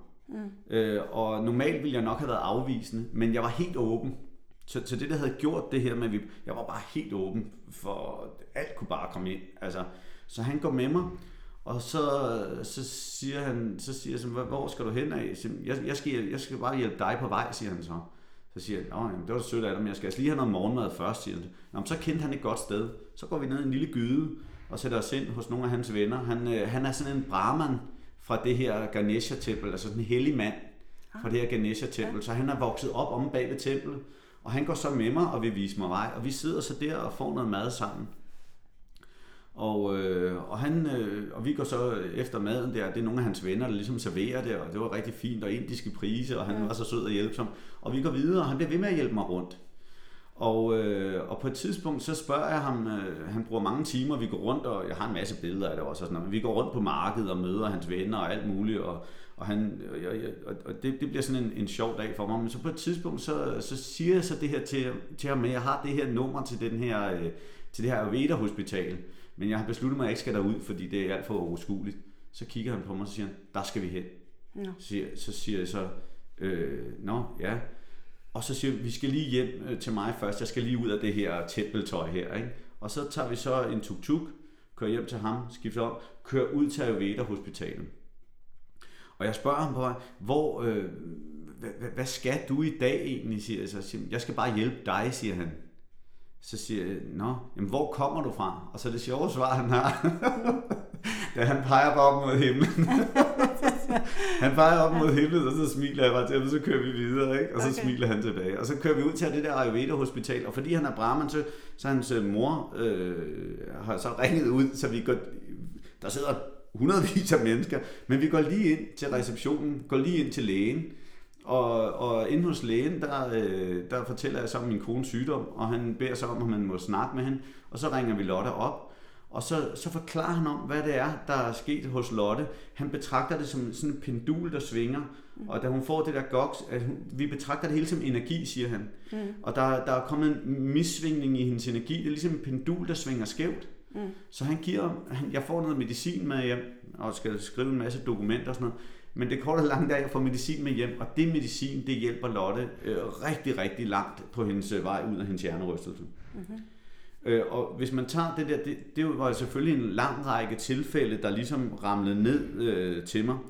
Og normalt ville jeg nok have været afvisende, men jeg var helt åben. Så det, der havde gjort det her med, jeg var bare helt åben, for alt kunne bare komme ind. Altså, så han går med mig, og så siger han, hvor skal du hen af? Jeg skal bare hjælpe dig på vej, siger han så. Så siger han, det var da sødt af dig, men jeg skal lige have noget morgenmad først, siger han. Så kendte han et godt sted. Så går vi ned i en lille gyde og sætter os ind hos nogle af hans venner. Han er sådan en brahman fra det her Ganesha-tempel, altså sådan en hellig mand fra det her Ganesha-tempel. Så han er vokset op om bag ved templet, og han går så med mig og vil vise mig vej. Og vi sidder så der og får noget mad sammen. Og vi går så efter maden der, det er nogle af hans venner, der ligesom serverer det, og det var rigtig fint, og indiske priser, og han var så sød og hjælpsom. Og vi går videre, og han bliver ved med at hjælpe mig rundt. Og på et tidspunkt, så spørger jeg ham, han bruger mange timer, vi går rundt, og jeg har en masse billeder af det også, og sådan noget, men vi går rundt på markedet og møder hans venner og alt muligt, og det bliver sådan en sjov dag for mig. Men så på et tidspunkt, så siger jeg så det her til ham, at jeg har det her nummer til det her Ayurveda Hospital, men jeg har besluttet mig, at jeg ikke skal derud, fordi det er alt for overskueligt. Så kigger han på mig og siger, der skal vi hen. Så siger jeg så, ja. Og så siger vi skal lige hjem til mig først. Jeg skal lige ud af det her tempeltøj her, ikke? Og så tager vi så en tuk-tuk, kører hjem til ham, skifter om, kører ud til Ayurveda Hospitalet. Og jeg spørger ham på, hvad skal du i dag egentlig, siger jeg så. Jeg skal bare hjælpe dig, siger han. Så siger jeg, jamen hvor kommer du fra? Og så det sjove svar, han har, da han peger bare op mod himlen. Han peger op mod himlen, og så smiler jeg bare til ham, og så kører vi videre, ikke? Og så smiler han tilbage. Og så kører vi ud til det der Ayurveda Hospital, og fordi han er brahman, så hans mor har så ringet ud, så vi går, der sidder hundredvis af mennesker, men vi går lige ind til receptionen, går lige ind til lægen, og inde hos lægen, der fortæller jeg så om min kones sygdom, og han beder så om, at man må snakke med hende, og så ringer vi Lotte op, og så forklarer han om, hvad det er, der er sket hos Lotte. Han betragter det som sådan en pendul, der svinger, og da hun får det der goks, vi betragter det hele som energi, siger han. Og der er kommet en missvingning i hendes energi, det er ligesom en pendul, der svinger skævt. Så jeg får noget medicin med hjem, og skal skrive en masse dokumenter og sådan noget. Men det korte og langt er, at jeg får medicin med hjem, og det medicin, det hjælper Lotte rigtig, rigtig langt på hendes vej ud af hendes hjernerystelse. Og hvis man tager det der, det var selvfølgelig en lang række tilfælde, der ligesom ramlede ned til mig.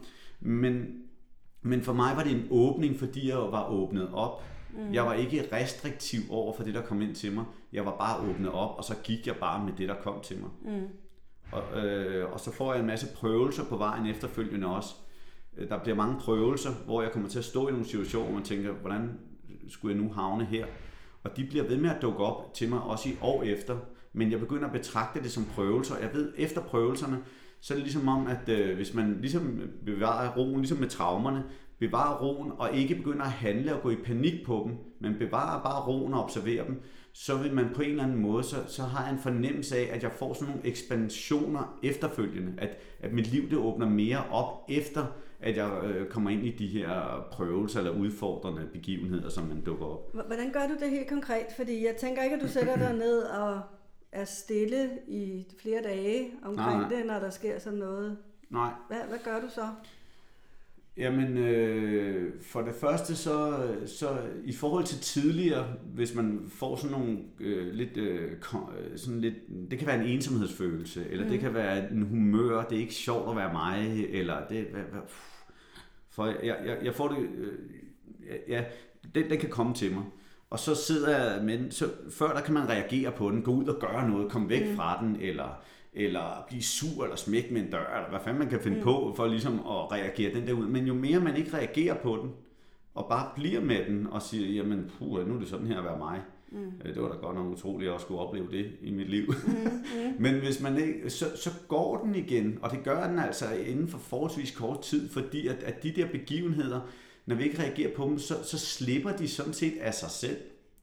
Men for mig var det en åbning, fordi jeg var åbnet op. Jeg var ikke restriktiv over for det, der kom ind til mig. Jeg var bare åbnet op, og så gik jeg bare med det, der kom til mig. Og så får jeg en masse prøvelser på vejen efterfølgende også. Der bliver mange prøvelser, hvor jeg kommer til at stå i nogle situationer, hvor man tænker, hvordan skulle jeg nu havne her? Og de bliver ved med at dukke op til mig, også i år efter. Men jeg begynder at betragte det som prøvelser. Jeg ved, efter prøvelserne, så er det ligesom om, at hvis man ligesom bevarer roen, ligesom med traumerne, bevarer roen og ikke begynder at handle og gå i panik på dem, men bevarer bare roen og observerer dem, så vil man på en eller anden måde, så har jeg en fornemmelse af, at jeg får sådan nogle ekspansioner efterfølgende, at mit liv det åbner mere op efter, at jeg kommer ind i de her prøvelser eller udfordrende begivenheder, som man dukker op. Hvordan gør du det helt konkret? Fordi jeg tænker ikke, at du sætter dig ned og er stille i flere dage omkring det, når der sker sådan noget. Nej. Hvad gør du så? Jamen, for det første så i forhold til tidligere, hvis man får sådan nogle lidt, det kan være en ensomhedsfølelse, eller det kan være en humør, det er ikke sjovt at være mig, eller det, for jeg får det, den kan komme til mig. Og så sidder jeg med den, så før der kan man reagere på den, gå ud og gøre noget, komme væk fra den, eller blive sur, eller smække med en dør, eller hvad fanden man kan finde på, for ligesom at reagere den der ud. Men jo mere man ikke reagerer på den, og bare bliver med den, og siger, jamen, nu er det sådan her at være mig. Det var da godt nok utroligt, at jeg også skulle opleve det i mit liv. Men hvis man ikke, så går den igen, og det gør den altså inden for forholdsvis kort tid, fordi at de der begivenheder, når vi ikke reagerer på dem, så slipper de sådan set af sig selv.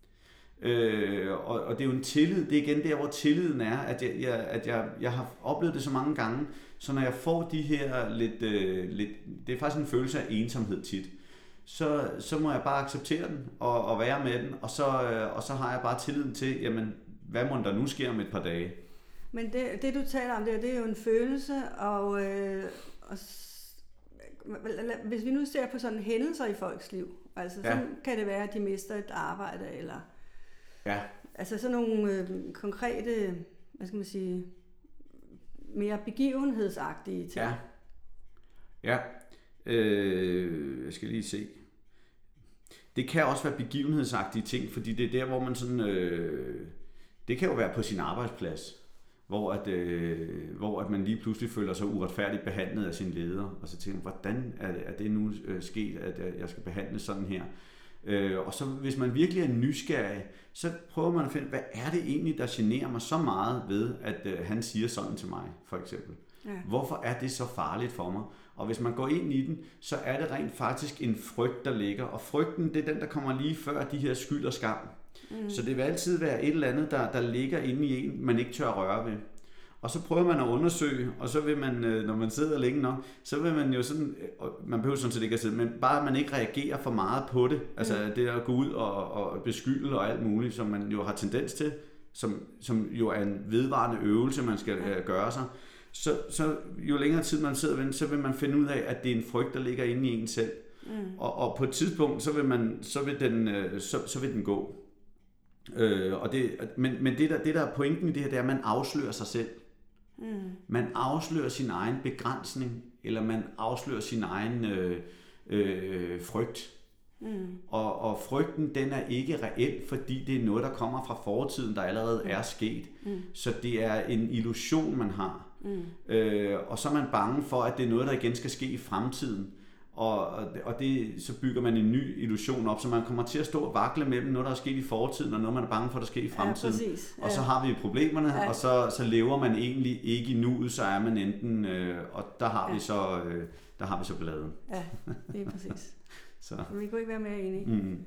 Og det er jo en tillid, det er igen der, hvor tilliden er, at jeg har oplevet det så mange gange, så når jeg får de her lidt, det er faktisk en følelse af ensomhed tit, så må jeg bare acceptere den og være med den, og så har jeg bare tilliden til, jamen, hvad må der nu sker om et par dage. Men det du taler om det er jo en følelse, og hvis vi nu ser på sådan hændelser i folks liv, altså så kan det være, at de mister et arbejde, eller altså sådan nogle konkrete, hvad skal man sige, mere begivenhedsagtige ting. Jeg skal lige se. Det kan også være begivenhedsagtige ting, fordi det er der, hvor man sådan, det kan jo være på sin arbejdsplads, hvor at man lige pludselig føler sig uretfærdigt behandlet af sin leder, og så tænker man, hvordan er det nu sket, at jeg skal behandles sådan her? Og så hvis man virkelig er nysgerrig, så prøver man at finde, hvad er det egentlig, der generer mig så meget ved, at han siger sådan til mig, for eksempel. Hvorfor er det så farligt for mig? Og hvis man går ind i den, så er det rent faktisk en frygt, der ligger. Og frygten, det er den, der kommer lige før de her skyld og skam. Så det vil altid være et eller andet, der ligger inde i en, man ikke tør røre ved. Og så prøver man at undersøge, og så vil man, når man sidder længe nok, så vil man jo sådan, man behøver sådan set ikke at sidde, men bare at man ikke reagerer for meget på det, altså det at gå ud og beskylde og alt muligt, som man jo har tendens til, som jo er en vedvarende øvelse, man skal gøre sig, så jo længere tid man sidder ved, så vil man finde ud af, at det er en frygt, der ligger inde i en selv. Og på et tidspunkt, så vil den gå. Men det der er pointen i det her, det er, at man afslører sig selv. Man afslører sin egen begrænsning, eller man afslører sin egen frygt. Og frygten, den er ikke reel, fordi det er noget, der kommer fra fortiden, der allerede er sket. Så det er en illusion, man har. Og så er man bange for, at det er noget, der igen skal ske i fremtiden. Og det, så bygger man en ny illusion op, så man kommer til at stå og vakle mellem noget, der er sket i fortiden, og noget, man er bange for, der sker i fremtiden. Og så har vi problemerne, og så lever man egentlig ikke i nuet, så er man enten, og der har vi så bladen. Ja, det er præcis. Så vi kunne ikke være mere enige.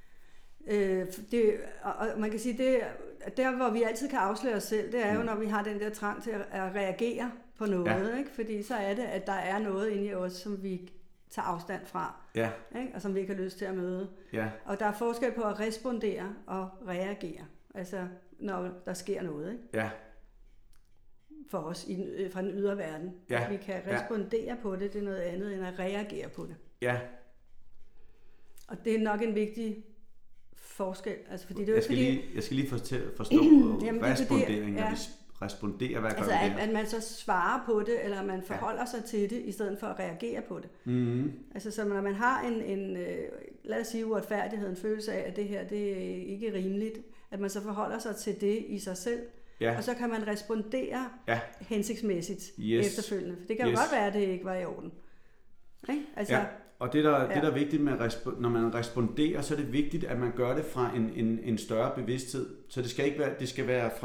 Og man kan sige, det der, hvor vi altid kan afsløre os selv, det er jo, når vi har den der trang til at reagere på noget, ikke? Fordi så er det, at der er noget inde i os, som vi tager afstand fra, ikke? Og som vi ikke har lyst til at møde. Og der er forskel på at respondere og reagere, altså når der sker noget, ikke? For os fra den ydre verden. Vi kan respondere på det, det er noget andet end at reagere på det. Og det er nok en vigtig forskel. Altså, fordi det jeg skal lige forstå respondering, når vi responderer, hvad altså, at man så svarer på det, eller man forholder sig til det, i stedet for at reagere på det. Altså, så når man har en lad os sige uretfærdighed, en følelse af, at det her, det er ikke rimeligt, at man så forholder sig til det i sig selv, og så kan man respondere hensigtsmæssigt efterfølgende. For det kan jo godt være, at det ikke var i orden. Ikke? Altså, og det der er vigtigt med, når man responderer, så er det vigtigt, at man gør det fra en større bevidsthed. Så det skal ikke være, det skal være fra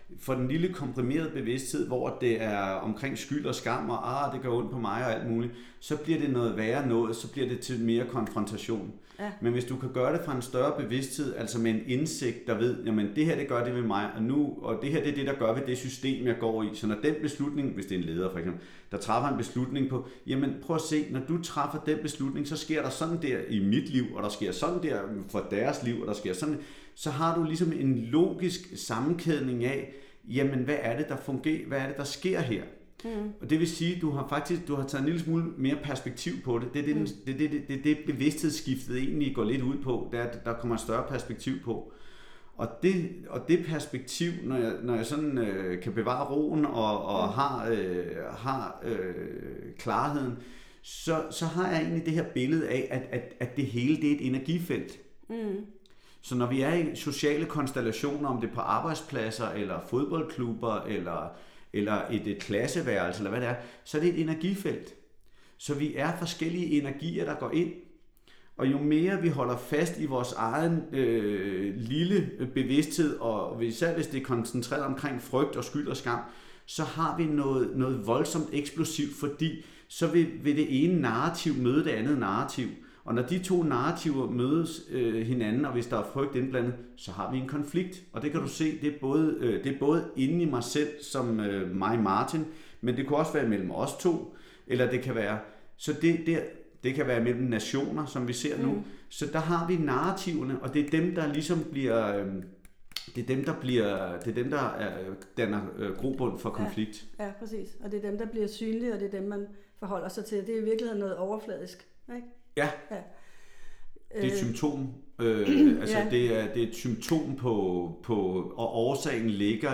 for den lille komprimerede bevidsthed, hvor det er omkring skyld og skam, og det gør ondt på mig og alt muligt, så bliver det noget værre noget, så bliver det til mere konfrontation. Ja. Men hvis du kan gøre det fra en større bevidsthed, altså med en indsigt, der ved, jamen det her, det gør det ved mig, og det her, det er det, der gør ved det system, jeg går i. Så når den beslutning, hvis det er en leder for eksempel, der træffer en beslutning på, jamen prøv at se, når du træffer den beslutning, så sker der sådan der i mit liv, og der sker sådan der for deres liv, og der sker sådan, så har du ligesom en logisk sammenkædning af, jamen hvad er det, der fungerer, hvad er det, der sker her? Og det vil sige, at du har taget en lille smule mere perspektiv på det. Det er det bevidsthedsskiftet egentlig går lidt ud på. Der kommer et større perspektiv på. Og det perspektiv, når jeg sådan kan bevare roen og har klarheden, så har jeg egentlig det her billede af, at det hele det er et energifelt. Så når vi er i sociale konstellationer, om det er på arbejdspladser, eller fodboldklubber, eller et klasseværelse, eller hvad det er, så er det et energifelt. Så vi er forskellige energier, der går ind. Og jo mere vi holder fast i vores egen lille bevidsthed, og især hvis det er koncentreret omkring frygt og skyld og skam, så har vi noget voldsomt eksplosivt, fordi så vil det ene narrativ møde det andet narrativ. Og når de to narrativer mødes hinanden, og hvis der er frygt indblandet, så har vi en konflikt. Og det kan du se, det er både inde i mig selv, som mig Martin, men det kan også være mellem os to, eller det kan være, så det kan være mellem nationer, som vi ser nu. Så der har vi narrativerne, og det er dem, der ligesom bliver, det er dem, der danner grobund for konflikt. Ja, præcis. Og det er dem, der bliver synlige, og det er dem, man forholder sig til. Det er i virkeligheden noget overfladisk, ikke? Ja. Det er et symptom. Det er et symptom på, og årsagen ligger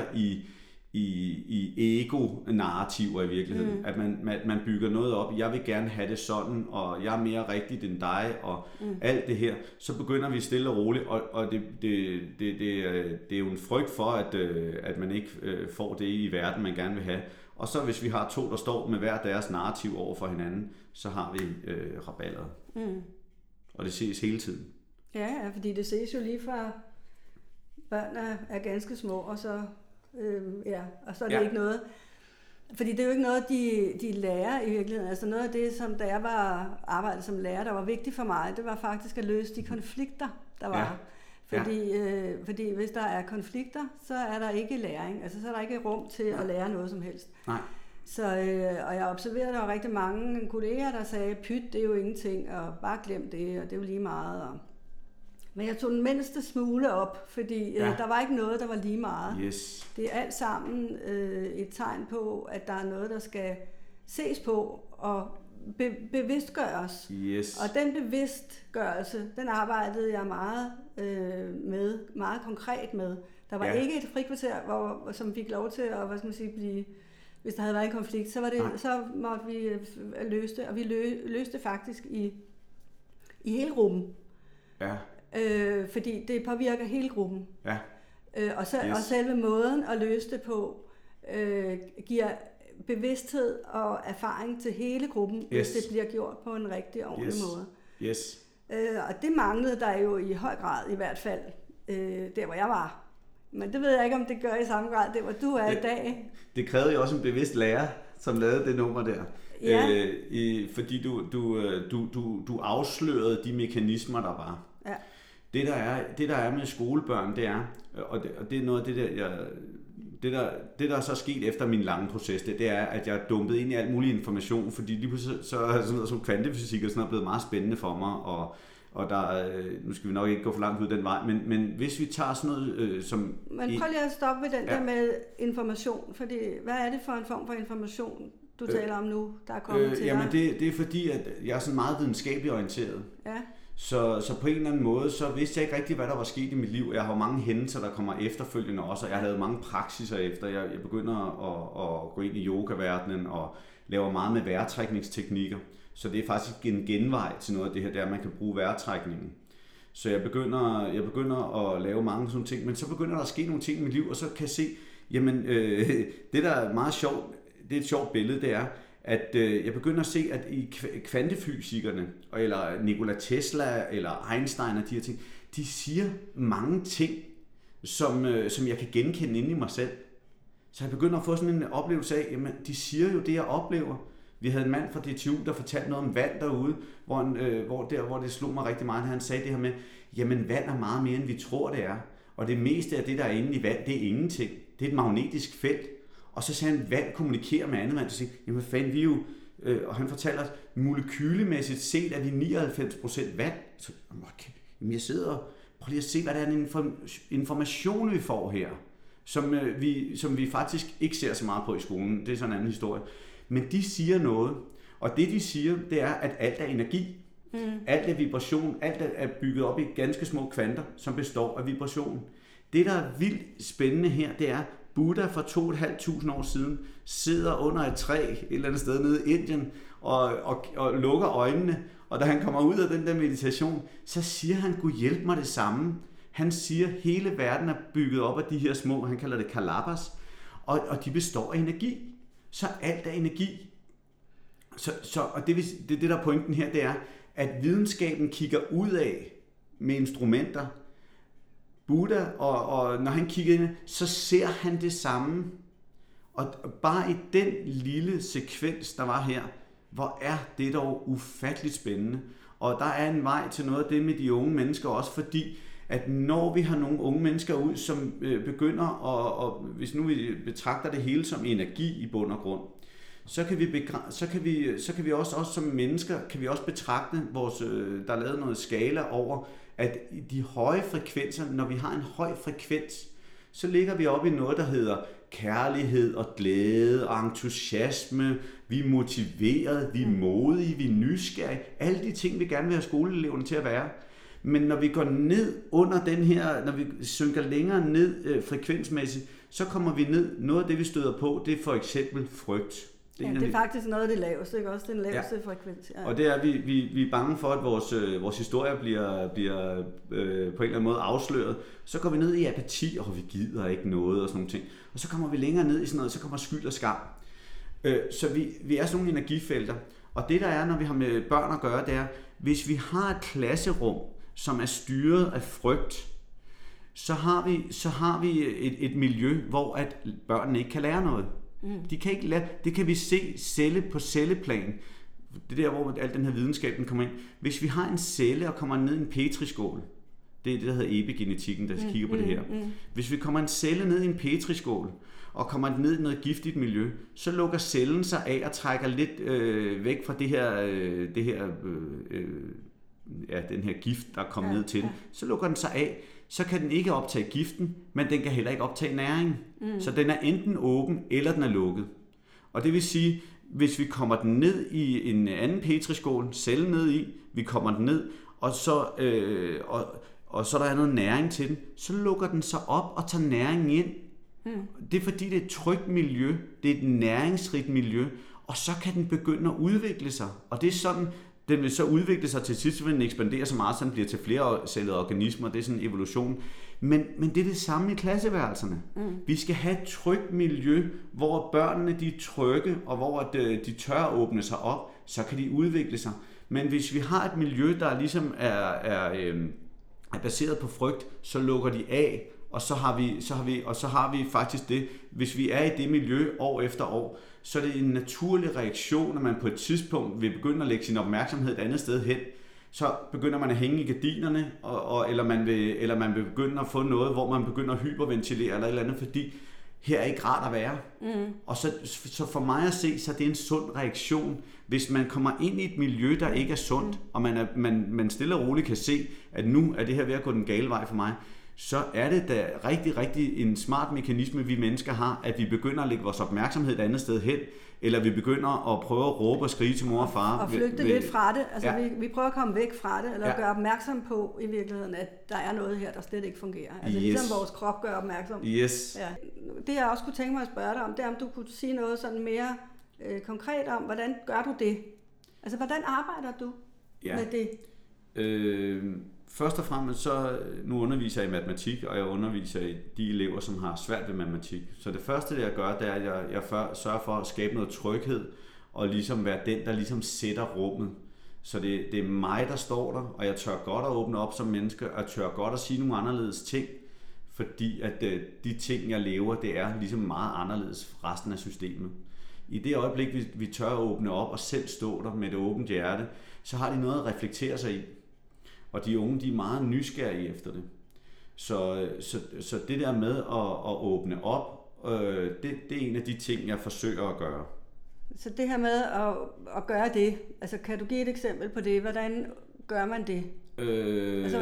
i ego-narrativer i virkeligheden. At man bygger noget op. Jeg vil gerne have det sådan, og jeg er mere rigtigt end dig, og alt det her. Så begynder vi stille og roligt, og det er jo en frygt for, at man ikke får det i verden, man gerne vil have. Og så hvis vi har to, der står med hver deres narrativ over for hinanden, så har vi rabalder. Og det ses hele tiden. Ja, fordi det ses jo lige fra børn er ganske små, og så er det ikke noget. Fordi det er jo ikke noget, de lærer i virkeligheden. Altså noget af det, som da jeg var arbejdet som lærer, der var vigtigt for mig, det var faktisk at løse de konflikter, der var. Fordi hvis der er konflikter, så er der ikke læring. Altså så er der ikke rum til at lære noget som helst. Nej. Så, og jeg observerede, der var rigtig mange kolleger, der sagde, pyt, det er jo ingenting, og bare glem det, og det er jo lige meget. Men jeg tog den mindste smule op, fordi der var ikke noget, der var lige meget. Yes. Det er alt sammen et tegn på, at der er noget, der skal ses på og bevidstgøres. Yes. Og den bevidstgørelse, den arbejdede jeg meget konkret med. Der var ikke et frikvarter, som fik lov til at, blive... Hvis der havde været en konflikt, så måtte vi løse det, og vi løste det faktisk i hele gruppen. Ja. Fordi det påvirker hele gruppen. Ja. Og selve måden at løse det på giver bevidsthed og erfaring til hele gruppen, hvis det bliver gjort på en rigtig ordentlig måde. Yes. Og det manglede der jo i høj grad, i hvert fald der, hvor jeg var. Men det ved jeg ikke, om det gør i samme grad, der hvor du er i dag. Det krævede jo også en bevidst lærer, som lavede det nummer der. Ja. Fordi du afslørede de mekanismer, der var. Ja. Det der er med skolebørn, det er, og det er noget af det der er så sket efter min lange proces, det er, at jeg er dumpet ind i alt mulig information, fordi lige pludselig så er sådan noget som kvantefysik og sådan noget blevet meget spændende for mig, og der, nu skal vi nok ikke gå for langt ud den vej, men hvis vi tager sådan noget som... Men prøv lige at stoppe ved den der med information, fordi hvad er det for en form for information, du taler om nu, der er kommet til dig? Jamen det er fordi, at jeg er sådan meget videnskabeligt orienteret. Ja. Så på en eller anden måde, så vidste jeg ikke rigtig, hvad der var sket i mit liv. Jeg har jo mange hændelser, der kommer efterfølgende også, og jeg har lavet mange praksiser efter. Jeg begynder at gå ind i yogaverdenen og laver meget med vejrtrækningsteknikker. Så det er faktisk en genvej til noget af det her, der man kan bruge vejrtrækningen. Så jeg begynder at lave mange sådan ting, men så begynder der at ske nogle ting i mit liv, og så kan jeg se, jamen det der er meget sjovt, det er et sjovt billede, det er, at jeg begynder at se, at i kvantefysikerne, eller Nikola Tesla, eller Einstein og de her ting, de siger mange ting, som jeg kan genkende inde i mig selv. Så jeg begynder at få sådan en oplevelse af, jamen de siger jo det, jeg oplever. Vi havde en mand fra DTU, der fortalte noget om vand derude, hvor det slog mig rigtig meget. Han sagde det her med, jamen vand er meget mere, end vi tror, det er. Og det meste af det, der er inde i vand, det er ingenting. Det er et magnetisk felt. Og så sagde han, vand kommunikerer med andet vand. Så siger, jamen hvad fanden, vi er jo... Og han fortæller os, molekylemæssigt set er vi 99% vand. Så okay, jamen jeg sidder og prøv lige at se, hvad der er en information, vi får her, som vi faktisk ikke ser så meget på i skolen. Det er sådan en anden historie. Men de siger noget, og det de siger, det er, at alt er energi. Alt er vibration, alt er bygget op i ganske små kvanter, som består af vibration. Det, der er vildt spændende her, det er, Buddha for 2.500 år siden sidder under et træ et eller andet sted nede i Indien og lukker øjnene, og da han kommer ud af den der meditation, så siger han, Gud hjælp mig det samme. Han siger, hele verden er bygget op af de her små, han kalder det kalabas, og de består af energi. Så alt er energi. Og det der er pointen her, det er, at videnskaben kigger ud af med instrumenter. Buddha, og når han kigger ind, så ser han det samme. Og bare i den lille sekvens, der var her, hvor er det dog ufatteligt spændende. Og der er en vej til noget af det med de unge mennesker også, fordi at når vi har nogle unge mennesker ud, som begynder, og hvis nu vi betragter det hele som energi i bund og grund, så kan vi også som mennesker kan vi også betragte vores, der er lavet noget skala over, at de høje frekvenser, når vi har en høj frekvens, så ligger vi op i noget, der hedder kærlighed og glæde og entusiasme. Vi er motiverede, vi er modige, vi er nysgerrige. Alle de ting, vi gerne vil have skoleeleverne til at være. Men når vi går ned under den her, når vi synker længere ned frekvensmæssigt, så kommer vi ned. Noget af det, vi støder på, det er for eksempel frygt. Det er faktisk noget af det laveste, ikke også? Den laveste frekvens. Ja. Og det er, vi er bange for, at vores historie bliver på en eller anden måde afsløret. Så går vi ned i apati, og vi gider ikke noget og sådan nogle ting. Og så kommer vi længere ned i sådan noget, så kommer skyld og skam. Så vi er sådan nogle energifelter. Og det der er, når vi har med børn at gøre, det er, hvis vi har et klasserum, som er styret af frygt, så har vi et miljø, hvor at børnene ikke kan lære noget. De kan ikke lære, det kan vi se celle på celleplan. Det er der, hvor al den her videnskab kommer ind. Hvis vi har en celle og kommer ned i en petriskål, det er det, der hedder epigenetikken, der kigger på det her. Hvis vi kommer en celle ned i en petriskål, og kommer ned i noget giftigt miljø, så lukker cellen sig af og trækker lidt væk fra den her gift, der er kommet ned til den. Så lukker den sig af. Så kan den ikke optage giften, men den kan heller ikke optage næring. Så den er enten åben, eller den er lukket. Og det vil sige, hvis vi kommer den ned i en anden petriskål, cellen ned i, vi kommer den ned, og så der er noget næring til den, så lukker den sig op og tager næringen ind. Det er fordi, det er et trygt miljø, det er et næringsrigt miljø, og så kan den begynde at udvikle sig. Og det er sådan, den vil så udvikle sig til sidst, så vil den ekspandere så meget, så den bliver til flercellede organismer. Det er sådan en evolution. Men det er det samme i klasseværelserne. Vi skal have et trygt miljø, hvor børnene de er trygge, og hvor de tør at åbne sig op, så kan de udvikle sig. Men hvis vi har et miljø, der ligesom er baseret på frygt, så lukker de af, og så har vi faktisk det. Hvis vi er i det miljø år efter år, så er det en naturlig reaktion, at man på et tidspunkt vil begynde at lægge sin opmærksomhed et andet sted hen. Så begynder man at hænge i gardinerne, eller man vil begynde at få noget, hvor man begynder at hyperventilere eller et eller andet, fordi her er ikke rart at være. Og så for mig at se, så er det en sund reaktion. Hvis man kommer ind i et miljø, der ikke er sundt, og man stille og roligt kan se, at nu er det her ved at gå den gale vej for mig, så er det da rigtig, rigtig en smart mekanisme, vi mennesker har, at vi begynder at lægge vores opmærksomhed et andet sted hen, eller vi begynder at prøve at råbe og skrige til mor og far. Og flygte lidt fra det. Altså vi prøver at komme væk fra det, eller gøre opmærksom på i virkeligheden, at der er noget her, der slet ikke fungerer. Altså ligesom vores krop gør opmærksom. Yes. Ja. Det jeg også kunne tænke mig at spørge dig om, det er, om du kunne sige noget sådan mere konkret om, hvordan gør du det? Altså hvordan arbejder du med det? Først og fremmest så nu underviser jeg i matematik, og jeg underviser i de elever, som har svært ved matematik. Så det første, det jeg gør, det er, at jeg sørger for at skabe noget tryghed, og ligesom være den, der ligesom sætter rummet. Så det er mig, der står der, og jeg tør godt at åbne op som menneske, og jeg tør godt at sige nogle anderledes ting. fordi at de ting, jeg lever, det er ligesom meget anderledes for resten af systemet. I det øjeblik, vi tør at åbne op og selv stå der med et åbent hjerte, så har de noget at reflektere sig i. Og de unge, de er meget nysgerrige efter det. Så det der med at åbne op, det er en af de ting, jeg forsøger at gøre. Så det her med at gøre det, altså kan du give et eksempel på det? Hvordan gør man det? Altså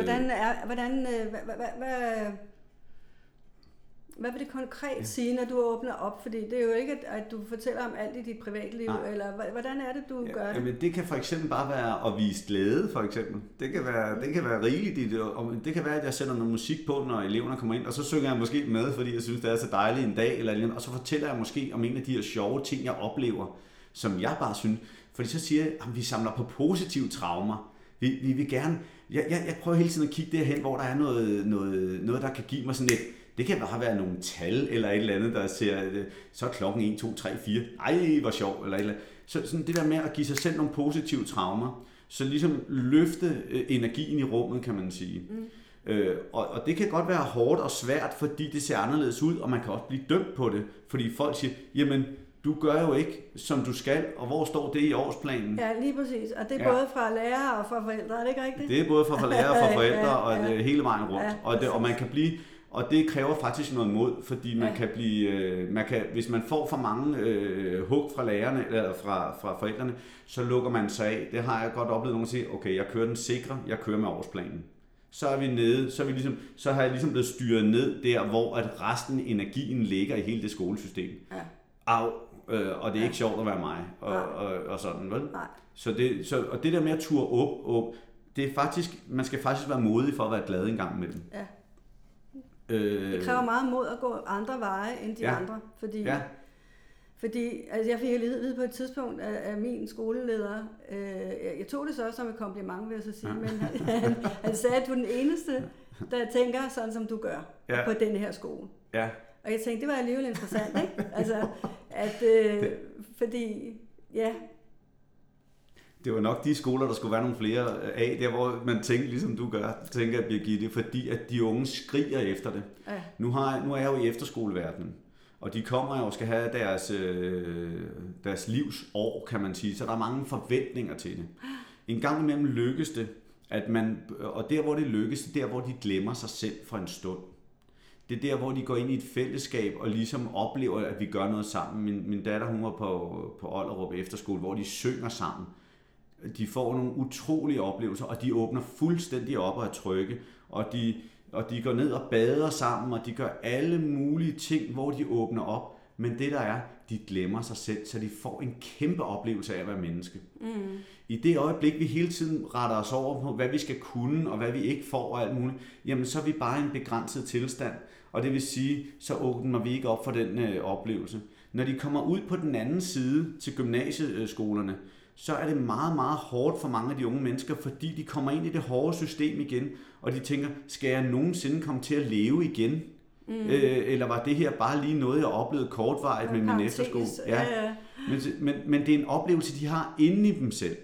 hvad vil det konkret sige, når du åbner op? Fordi det er jo ikke, at du fortæller om alt i dit privatliv, eller hvordan er det, du gør det? Jamen, det kan for eksempel bare være at vise glæde, for eksempel. Det kan være rigeligt. Det kan være, at jeg sætter noget musik på, når eleverne kommer ind, og så synger jeg måske med, fordi jeg synes, det er så dejligt en dag, eller og så fortæller jeg måske om en af de her sjove ting, jeg oplever, som jeg bare synes. Fordi så siger jeg, at vi samler på positive traumer. Vi vil gerne... Jeg prøver hele tiden at kigge derhen, hvor der er noget der kan give mig sådan et... Det kan bare være nogle tal eller et eller andet, der siger, så er klokken 1, 2, 3, 4. Ej, hvor sjov. Eller et eller andet. Så sådan det der med at give sig selv nogle positive traumer, så ligesom løfte energien i rummet, kan man sige. Og det kan godt være hårdt og svært, fordi det ser anderledes ud, og man kan også blive dømt på det. Fordi folk siger, jamen, du gør jo ikke, som du skal, og hvor står det i årsplanen? Ja, lige præcis. Og det er både fra lærere og fra forældre, er det ikke rigtigt? Det er både fra lærere og fra forældre, og hele vejen rundt. Og man kan blive... Og det kræver faktisk noget mod, fordi man kan blive, hvis man får for mange hug fra lærerne eller fra forældrene, så lukker man sig af. Det har jeg godt oplevet, nogen siger, okay, jeg kører den sikre, jeg kører med årsplanen. Så er vi nede, så har jeg ligesom blevet styret ned der, hvor at resten af energien ligger i hele det skolesystem. Ja. Au, og det er ikke sjovt at være mig og sådan, vel? Nej. Så det der med at ture op, det er faktisk, man skal faktisk være modig for at være glad en gang med dem. Ja. Det kræver meget mod at gå andre veje end de andre, fordi altså jeg fik at vide på et tidspunkt af min skoleleder, jeg tog det så som et kompliment, vil jeg så sige, men han sagde, at du er den eneste, der tænker sådan, som du gør på den her skole. Ja. Og jeg tænkte, det var alligevel interessant, ikke? Altså, at, fordi, det var nok de skoler, der skulle være nogle flere af, der hvor man tænker, ligesom du gør, tænker jeg, Birgitte, fordi at de unge skriger efter det. Ja. Nu er jeg jo i efterskoleverdenen, og de kommer jo og skal have deres livs år, kan man sige, så der er mange forventninger til det. En gang imellem lykkes det, og der hvor det lykkes, det er der hvor de glemmer sig selv for en stund. Det er der, hvor de går ind i et fællesskab og ligesom oplever, at vi gør noget sammen. Min datter, hun var på Ollerup Efterskole, hvor de synger sammen. De får nogle utrolige oplevelser, og de åbner fuldstændig op og er trygge, og de går ned og bader sammen, og de gør alle mulige ting, hvor de åbner op. Men det der er, de glemmer sig selv, så de får en kæmpe oplevelse af at være menneske. I det øjeblik, vi hele tiden retter os over på, hvad vi skal kunne, og hvad vi ikke får og alt muligt, jamen så er vi bare i en begrænset tilstand. Og det vil sige, så åbner vi ikke op for den oplevelse. Når de kommer ud på den anden side til gymnasieskolerne, så er det meget, meget hårdt for mange af de unge mennesker, fordi de kommer ind i det hårde system igen, og de tænker, skal jeg nogensinde komme til at leve igen? Eller var det her bare lige noget, jeg oplevede kortvarigt med min efterskole? Ja. Men det er en oplevelse, de har inde i dem selv.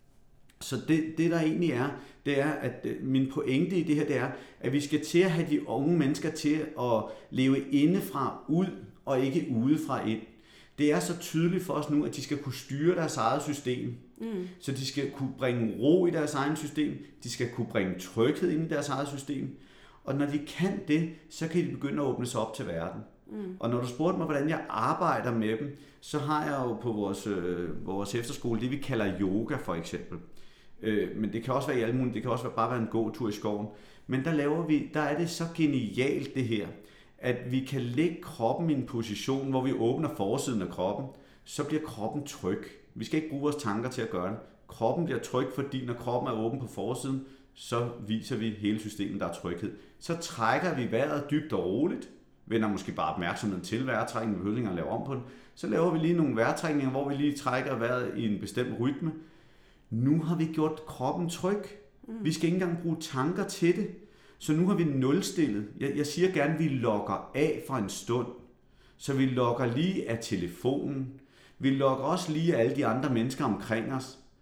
Så det der egentlig er, det er, at min pointe i det her, det er, at vi skal til at have de unge mennesker til at leve indefra ud, og ikke udefra ind. Det er så tydeligt for os nu, at de skal kunne styre deres eget system. Så de skal kunne bringe ro i deres eget system. De skal kunne bringe tryghed ind i deres eget system. Og når de kan det, så kan de begynde at åbne sig op til verden. Og når du spurgte mig, hvordan jeg arbejder med dem, så har jeg jo på vores efterskole det, vi kalder yoga for eksempel. Men det kan også være i alle mulige, det kan også bare være en gåtur i skoven. Men der er det så genialt det her, at vi kan lægge kroppen i en position, hvor vi åbner forsiden af kroppen, så bliver kroppen tryg. Vi skal ikke bruge vores tanker til at gøre det. Kroppen bliver tryg, fordi når kroppen er åben på forsiden, så viser vi hele systemet, der er tryghed. Så trækker vi vejret dybt og roligt, vender måske bare opmærksomheden til vejrtrækningen, vi behøver ikke at lave om på den. Så laver vi lige nogle vejrtrækninger, hvor vi lige trækker vejret i en bestemt rytme. Nu har vi gjort kroppen tryg. Vi skal ikke engang bruge tanker til det. Så nu har vi nulstillet. Jeg siger gerne, at vi logger af for en stund. Så vi logger lige af telefonen. Vi logger også lige af alle de andre mennesker omkring os.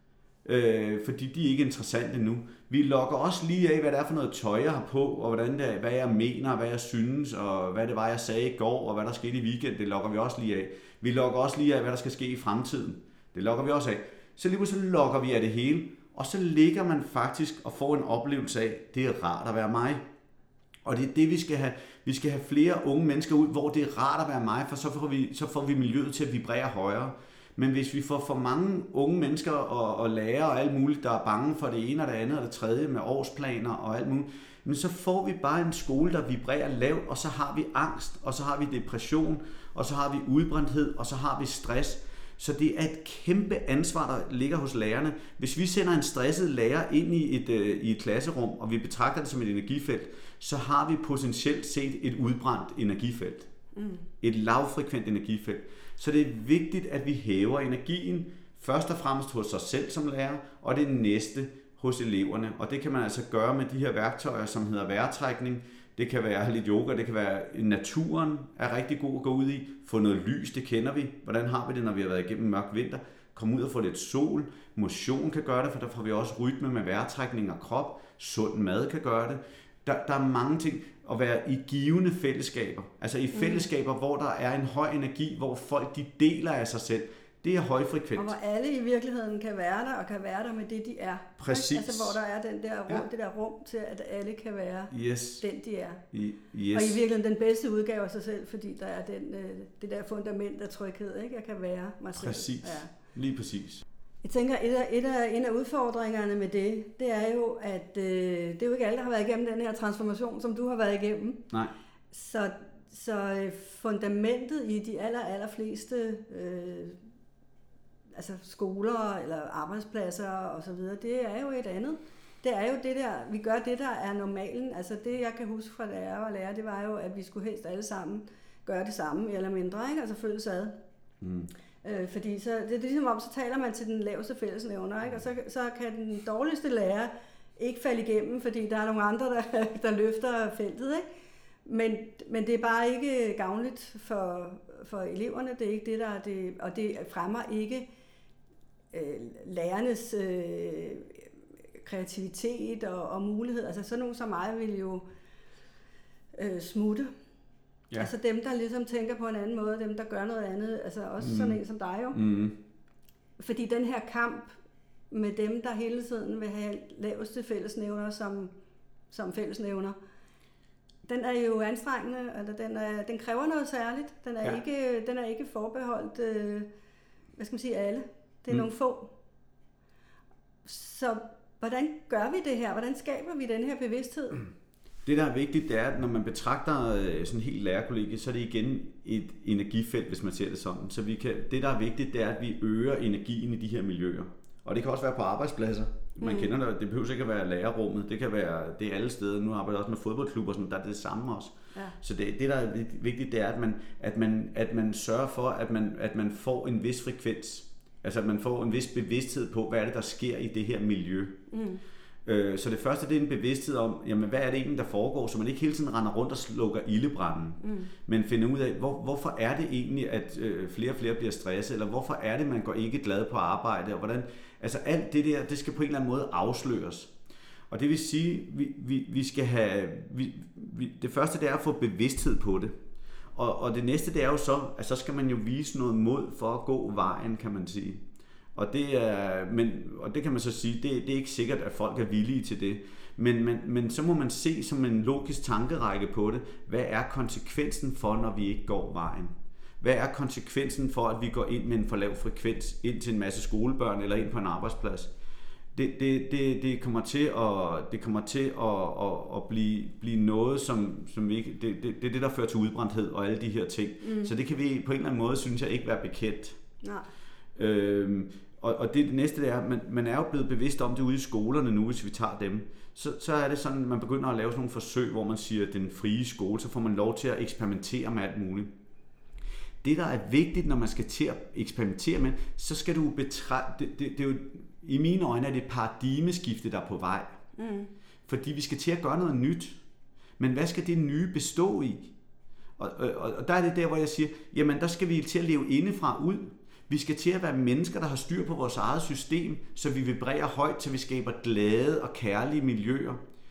fordi de er ikke interessante nu. Vi logger også lige af, hvad det er for noget tøj, jeg har på, og hvad jeg mener, hvad jeg synes, og hvad det var, jeg sagde i går, og hvad der skete i weekend, det logger vi også lige af. Vi logger også lige af, hvad der skal ske i fremtiden. Det logger vi også af. Så lige pludselig logger vi af det hele, og så ligger man faktisk og får en oplevelse af, det er rart at være mig. Og det er det, vi skal have. Vi skal have flere unge mennesker ud, hvor det er rart at være mig, for så får vi miljøet til at vibrere højere. Men hvis vi får for mange unge mennesker og lærere og alt muligt, der er bange for det ene og det andet og det tredje med årsplaner og alt muligt, men så får vi bare en skole, der vibrerer lavt, og så har vi angst, og så har vi depression, og så har vi udbrændthed, og så har vi stress. Så det er et kæmpe ansvar, der ligger hos lærerne. Hvis vi sender en stresset lærer ind i et klasserum, og vi betragter det som et energifelt, så har vi potentielt set et udbrændt energifelt. Et lavfrekvent energifelt. Så det er vigtigt, at vi hæver energien, først og fremmest hos os selv som lærer, og det næste hos eleverne. Og det kan man altså gøre med de her værktøjer, som hedder vejrtrækning. Det kan være lidt yoga, det kan være naturen er rigtig god at gå ud i. Få noget lys, det kender vi. Hvordan har vi det, når vi har været igennem mørk vinter? Kom ud og få lidt sol. Motion kan gøre det, for der får vi også rytme med vejrtrækning og krop. Sund mad kan gøre det. Der er mange ting. At være i givende fællesskaber. Altså i fællesskaber, hvor der er en høj energi, hvor folk de deler af sig selv. Det er højfrekvent. Og hvor alle i virkeligheden kan være der, og kan være der med det, de er. Præcis. Altså hvor der er den der rum, det der rum til, at alle kan være den, de er. Yes. Og i virkeligheden den bedste udgave af sig selv, fordi der er det der fundament af tryghed, ikke? Jeg kan være mig selv. Præcis. Ja. Lige præcis. Jeg tænker, en af udfordringerne med det er jo, at det er jo ikke alle, der har været igennem den her transformation, som du har været igennem. Nej. Så fundamentet i de allerfleste altså skoler eller arbejdspladser og så videre, det er jo et andet. Det er jo det der, vi gør det, der er normalen. Altså det, jeg kan huske fra da jeg var lærer, det var jo, at vi skulle helst alle sammen gøre det samme, eller mindre, ikke? Altså følges ad. Fordi så, det er ligesom om, så taler man til den laveste fællesnævner, ikke? Og så kan den dårligste lærer ikke falde igennem, fordi der er nogle andre, der løfter feltet, ikke? Men det er bare ikke gavnligt for eleverne, det er ikke det, der er det, og det fremmer ikke lærernes kreativitet og mulighed. Altså sådan nogen som mig vil jo smutte. Ja. Altså dem, der ligesom tænker på en anden måde, dem, der gør noget andet, altså også sådan en som dig jo. Fordi den her kamp med dem, der hele tiden vil have laveste fællesnævner som fællesnævner, den er jo anstrengende, eller den kræver noget særligt. Den er ikke forbeholdt, hvad skal man sige, alle. Det er nogle få. Så hvordan gør vi det her? Hvordan skaber vi den her bevidsthed? Det, der er vigtigt, det er, at når man betragter sådan en helt lærerkollegie, så er det igen et energifelt, hvis man ser det sådan. Så det, der er vigtigt, det er, at vi øger energien i de her miljøer. Og det kan også være på arbejdspladser. Man kender det, det behøver ikke at være lærerrummet, det kan være det alle steder. Nu arbejder jeg også med fodboldklubber, sådan, der er det samme også. Ja. Så det, der er vigtigt, det er, at man sørger for, at man får en vis frekvens. Altså at man får en vis bevidsthed på, hvad er det, der sker i det her miljø. Så det første, det er en bevidsthed om, jamen, hvad er det egentlig, der foregår, så man ikke hele tiden render rundt og slukker ildebranden, men finder ud af, hvorfor er det egentlig, at flere og flere bliver stresset, eller hvorfor er det, man går ikke glad på arbejde, og hvordan, altså alt det der, det skal på en eller anden måde afsløres. Og det vil sige, vi skal have, det første, det er at få bevidsthed på det, og det næste, det er jo så, at så skal man jo vise noget mod for at gå vejen, kan man sige. Og det kan man så sige, det er ikke sikkert, at folk er villige til det. Men så må man se som en logisk tankerække på det, hvad er konsekvensen for, når vi ikke går vejen? Hvad er konsekvensen for, at vi går ind med en for lav frekvens ind til en masse skolebørn eller ind på en arbejdsplads? Det kommer til at blive noget, som vi ikke... Det er det, der fører til udbrændthed og alle de her ting. Så det kan vi på en eller anden måde, synes jeg, ikke være bekendt. Nej. Og det næste det er, at man er jo blevet bevidst om det ude i skolerne nu, hvis vi tager dem. Så er det sådan, at man begynder at lave sådan nogle forsøg, hvor man siger, at den frie skole, så får man lov til at eksperimentere med alt muligt. Det, der er vigtigt, når man skal til at eksperimentere med, så skal du betragte... Det er jo, i mine øjne er det et paradigmeskifte, der er på vej. Fordi vi skal til at gøre noget nyt. Men hvad skal det nye bestå i? Og der er det der, hvor jeg siger, jamen der skal vi til at leve indefra ud. Vi skal til at være mennesker, der har styr på vores eget system, så vi vibrerer højt, så vi skaber glade og kærlige miljøer.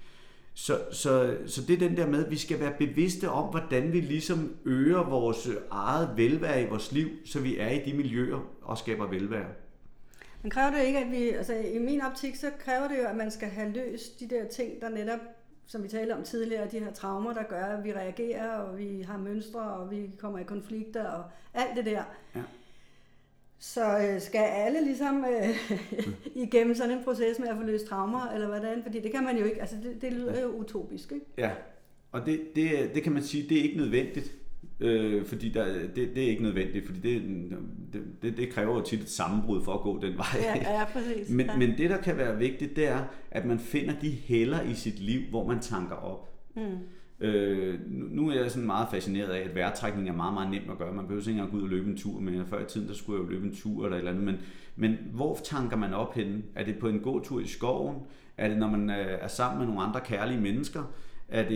Så det er den der med, at vi skal være bevidste om, hvordan vi ligesom øger vores eget velvære i vores liv, så vi er i de miljøer og skaber velvære. Men kræver det ikke, at vi, altså i min optik, så kræver det jo, at man skal have løst de der ting, der netop, som vi talte om tidligere, de her traumer, der gør, at vi reagerer, og vi har mønstre, og vi kommer i konflikter, og alt det der. Ja. Så skal alle ligesom igennem sådan en proces med at få løst traumer, eller hvordan? Fordi det kan man jo ikke, altså det lyder jo utopisk, ikke? Ja, og det kan man sige, det er ikke nødvendigt. Fordi det er ikke nødvendigt, fordi det kræver jo tit et sammenbrud for at gå den vej. Ja, præcis. Men det, der kan være vigtigt, det er, at man finder de hælder i sit liv, hvor man tanker op. Nu er jeg sådan meget fascineret af, at vejrtrækning er meget, meget nemt at gøre. Man behøver ikke engang gå ud og løbe en tur, men før i tiden, der skulle jeg jo løbe en tur eller et eller andet. Men hvor tanker man op henne? Er det på en gåtur i skoven? Er det, når man er sammen med nogle andre kærlige mennesker? Er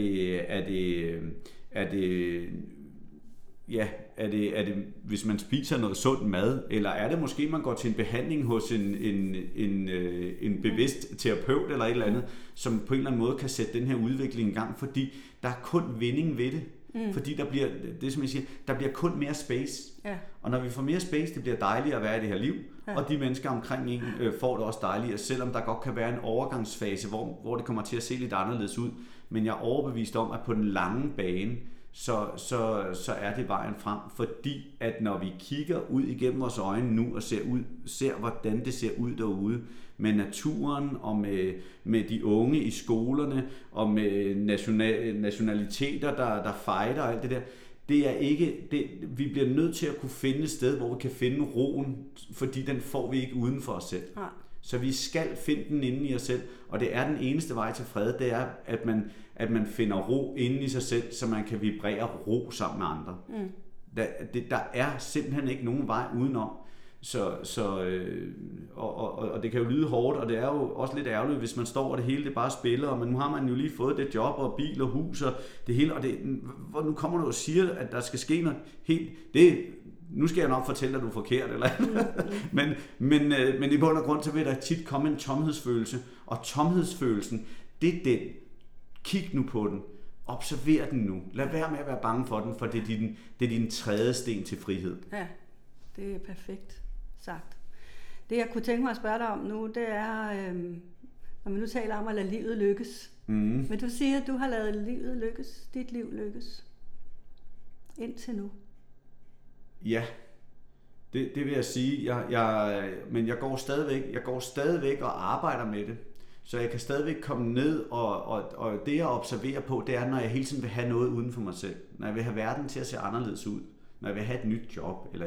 det hvis man spiser noget sund mad, eller er det måske man går til en behandling hos en bevidst terapeut eller et eller andet, som på en eller anden måde kan sætte den her udvikling i gang, fordi der er kun vinding ved det. Fordi der bliver, det som jeg siger, der bliver kun mere space. Ja. Og når vi får mere space, det bliver dejligt at være i det her liv, og de mennesker omkring en får det også dejligt, selvom der godt kan være en overgangsfase, hvor det kommer til at se lidt anderledes ud. Men jeg er overbevist om, at på den lange bane, så er det vejen frem, fordi at når vi kigger ud igennem vores øjne nu og ser hvordan det ser ud derude med naturen og med de unge i skolerne og med nationaliteter der fighter og alt det der, det er ikke vi bliver nødt til at kunne finde et sted, hvor vi kan finde roen, fordi den får vi ikke uden for os selv. Ja. Så vi skal finde den inde i os selv, og det er den eneste vej til fred, det er, at man finder ro inde i sig selv, så man kan vibrere ro sammen med andre. Der er simpelthen ikke nogen vej udenom. Og det kan jo lyde hårdt, og det er jo også lidt ærgerligt, hvis man står og det hele det bare spiller, men nu har man jo lige fået det job og bil og hus og det hele, og hvor nu kommer du og siger, at der skal ske noget helt. Nu skal jeg nok fortælle dig, at du er forkert, eller men i bund og grund, så vil der tit komme en tomhedsfølelse, og tomhedsfølelsen, det er den. Kig nu på den. Observer den nu. Lad være med at være bange for den, for det er din tredje sten til frihed. Ja, det er perfekt sagt. Det jeg kunne tænke mig at spørge dig om nu, det er, når vi nu taler om at lade livet lykkes. Men du siger, at du har ladet livet lykkes, dit liv lykkes, indtil nu. Ja, det vil jeg sige. Men jeg går stadigvæk og arbejder med det. Så jeg kan stadigvæk komme ned, og det jeg observerer på, det er, når jeg hele tiden vil have noget uden for mig selv. Når jeg vil have verden til at se anderledes ud. Når jeg vil have et nyt job, eller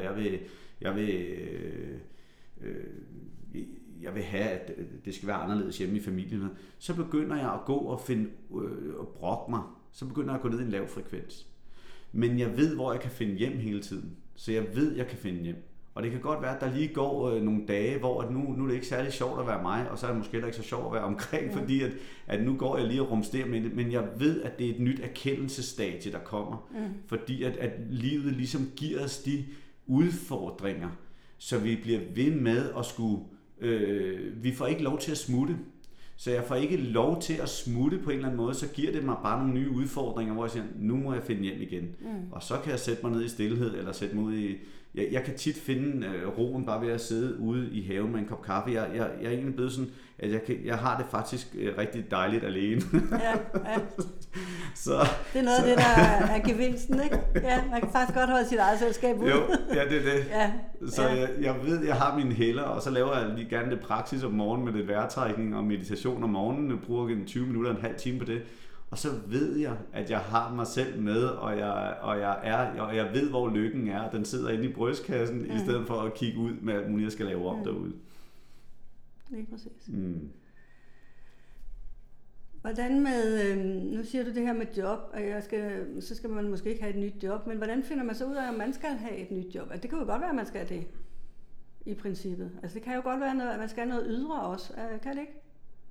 jeg vil have, at det skal være anderledes hjemme i familien. Så begynder jeg at gå og brokke mig. Så begynder jeg at gå ned i en lav frekvens. Men jeg ved, hvor jeg kan finde hjem hele tiden. Så jeg ved, jeg kan finde hjem. Og det kan godt være, at der lige går nogle dage, hvor nu er det ikke særlig sjovt at være mig, og så er det måske heller ikke så sjovt at være omkring, fordi at nu går jeg lige og rumsterer med det, men jeg ved, at det er et nyt erkendelsesstadie, der kommer. Fordi at livet ligesom giver os de udfordringer, så vi bliver ved med at skulle. Vi får ikke lov til at smutte. Så jeg får ikke lov til at smutte på en eller anden måde, så giver det mig bare nogle nye udfordringer, hvor jeg siger, nu må jeg finde hjem igen. Og så kan jeg sætte mig ned i stilhed, eller sætte mig ud i. Jeg kan tit finde roen bare ved at sidde ude i haven med en kop kaffe. Jeg er egentlig blevet sådan, at jeg har det faktisk rigtig dejligt alene. Ja. Så, det er noget af det, der er gevinsten, ikke? Ja, man kan faktisk godt holde sit eget selskab ud. Jo, ja, det er det. Så jeg ved, jeg har mine hælder, og så laver jeg lige gerne det praksis om morgenen med lidt vejrtrækning og meditation om morgenen. Jeg bruger 20 minutter og en halv time på det. Og så ved jeg, at jeg har mig selv med, og jeg ved, hvor lykken er. Den sidder inde i brystkassen, i stedet for at kigge ud med alt muligt, jeg skal lave om derude. Lige præcis. Hvordan med, nu siger du det her med job, og så skal man måske ikke have et nyt job, men hvordan finder man så ud af, om man skal have et nyt job? Altså, det kan jo godt være, at man skal det, i princippet. Altså det kan jo godt være, noget, at man skal have noget ydre også. Kan det ikke?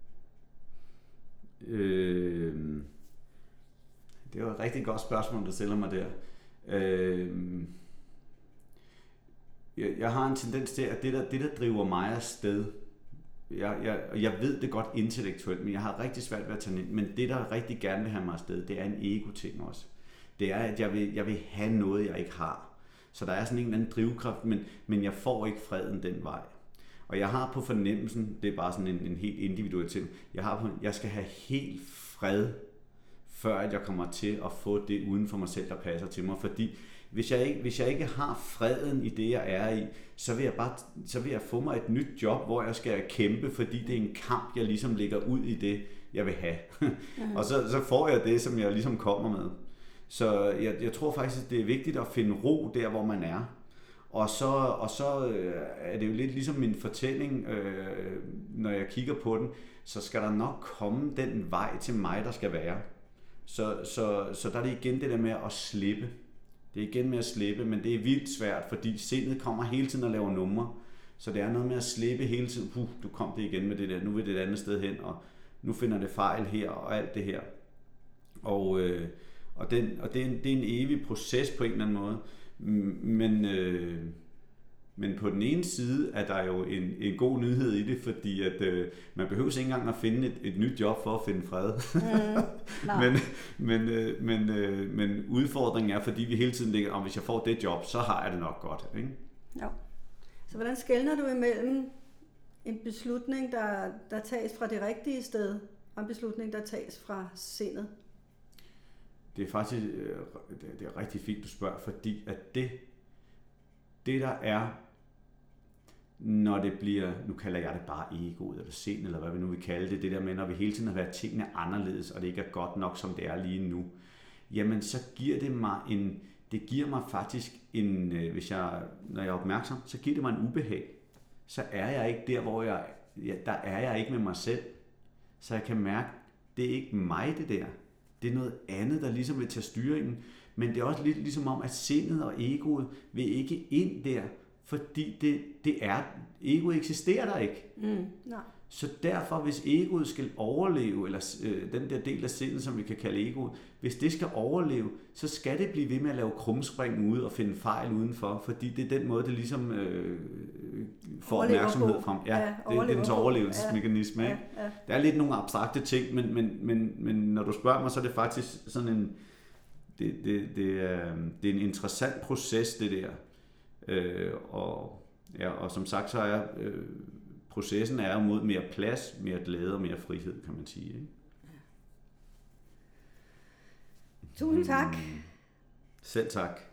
Det er jo et rigtig godt spørgsmål, du stiller mig der. Jeg har en tendens til, at det der driver mig afsted, jeg ved det godt intellektuelt, men jeg har rigtig svært ved at tage ind. Men det, der rigtig gerne vil have mig afsted, det er en ego-ting også. Det er, at jeg vil have noget, jeg ikke har. Så der er sådan en eller anden drivkraft, men jeg får ikke freden den vej. Og jeg har på fornemmelsen, det er bare sådan en helt individuel ting, jeg skal have helt fred, før at jeg kommer til at få det uden for mig selv, der passer til mig. Fordi hvis jeg ikke har freden i det, jeg er i, så vil jeg få mig et nyt job, hvor jeg skal kæmpe, fordi det er en kamp, jeg ligesom lægger ud i det, jeg vil have. Og så får jeg det, som jeg ligesom kommer med. Så jeg tror faktisk, at det er vigtigt at finde ro der, hvor man er. Og så er det jo lidt ligesom min fortælling, når jeg kigger på den, så skal der nok komme den vej til mig, der skal være. Så der er det igen det der med at slippe. Det er igen med at slippe, men det er vildt svært, fordi sindet kommer hele tiden og laver numre. Så det er noget med at slippe hele tiden. Du kom det igen med det der, nu vil det et andet sted hen, og nu finder det fejl her, og alt det her. Og det er en evig proces på en eller anden måde. Men på den ene side er der jo en god nyhed i det, fordi at man behøver ikke engang at finde et nyt job for at finde fred. Men udfordringen er, fordi vi hele tiden ligger, hvis jeg får det job, så har jeg det nok godt. Ikke? Jo. Så hvordan skelner du imellem en beslutning, der tages fra det rigtige sted, og en beslutning, der tages fra sindet? Det er faktisk det er rigtig fint, du spørger, fordi at det der er, når det bliver, nu kalder jeg det bare egoet, eller sind, eller hvad vi nu vil kalde det, det der med, når vi hele tiden har været tingene anderledes, og det ikke er godt nok, som det er lige nu, jamen så giver det mig faktisk når jeg er opmærksom, så giver det mig en ubehag. Så er jeg ikke der, hvor der er jeg ikke med mig selv. Så jeg kan mærke, det er ikke mig det der. Det er noget andet, der ligesom vil tage styringen. Men det er også lidt ligesom om, at sindet og egoet vil ikke ind der, fordi det er, egoet eksisterer der ikke. Nej. Så derfor, hvis egoet skal overleve, eller den der del af sindet, som vi kan kalde egoet, hvis det skal overleve, så skal det blive ved med at lave krumspring ude og finde fejl udenfor, fordi det er den måde, det ligesom får opmærksomhed frem. Ja, det er dens overlevelsesmekanisme. Ja. Der er lidt nogle abstrakte ting, men når du spørger mig, så er det faktisk sådan en det er en interessant proces, det der. Og som sagt, så er processen er mod mere plads, mere glæde og mere frihed, kan man sige. Ikke? Tusind tak. Selv tak.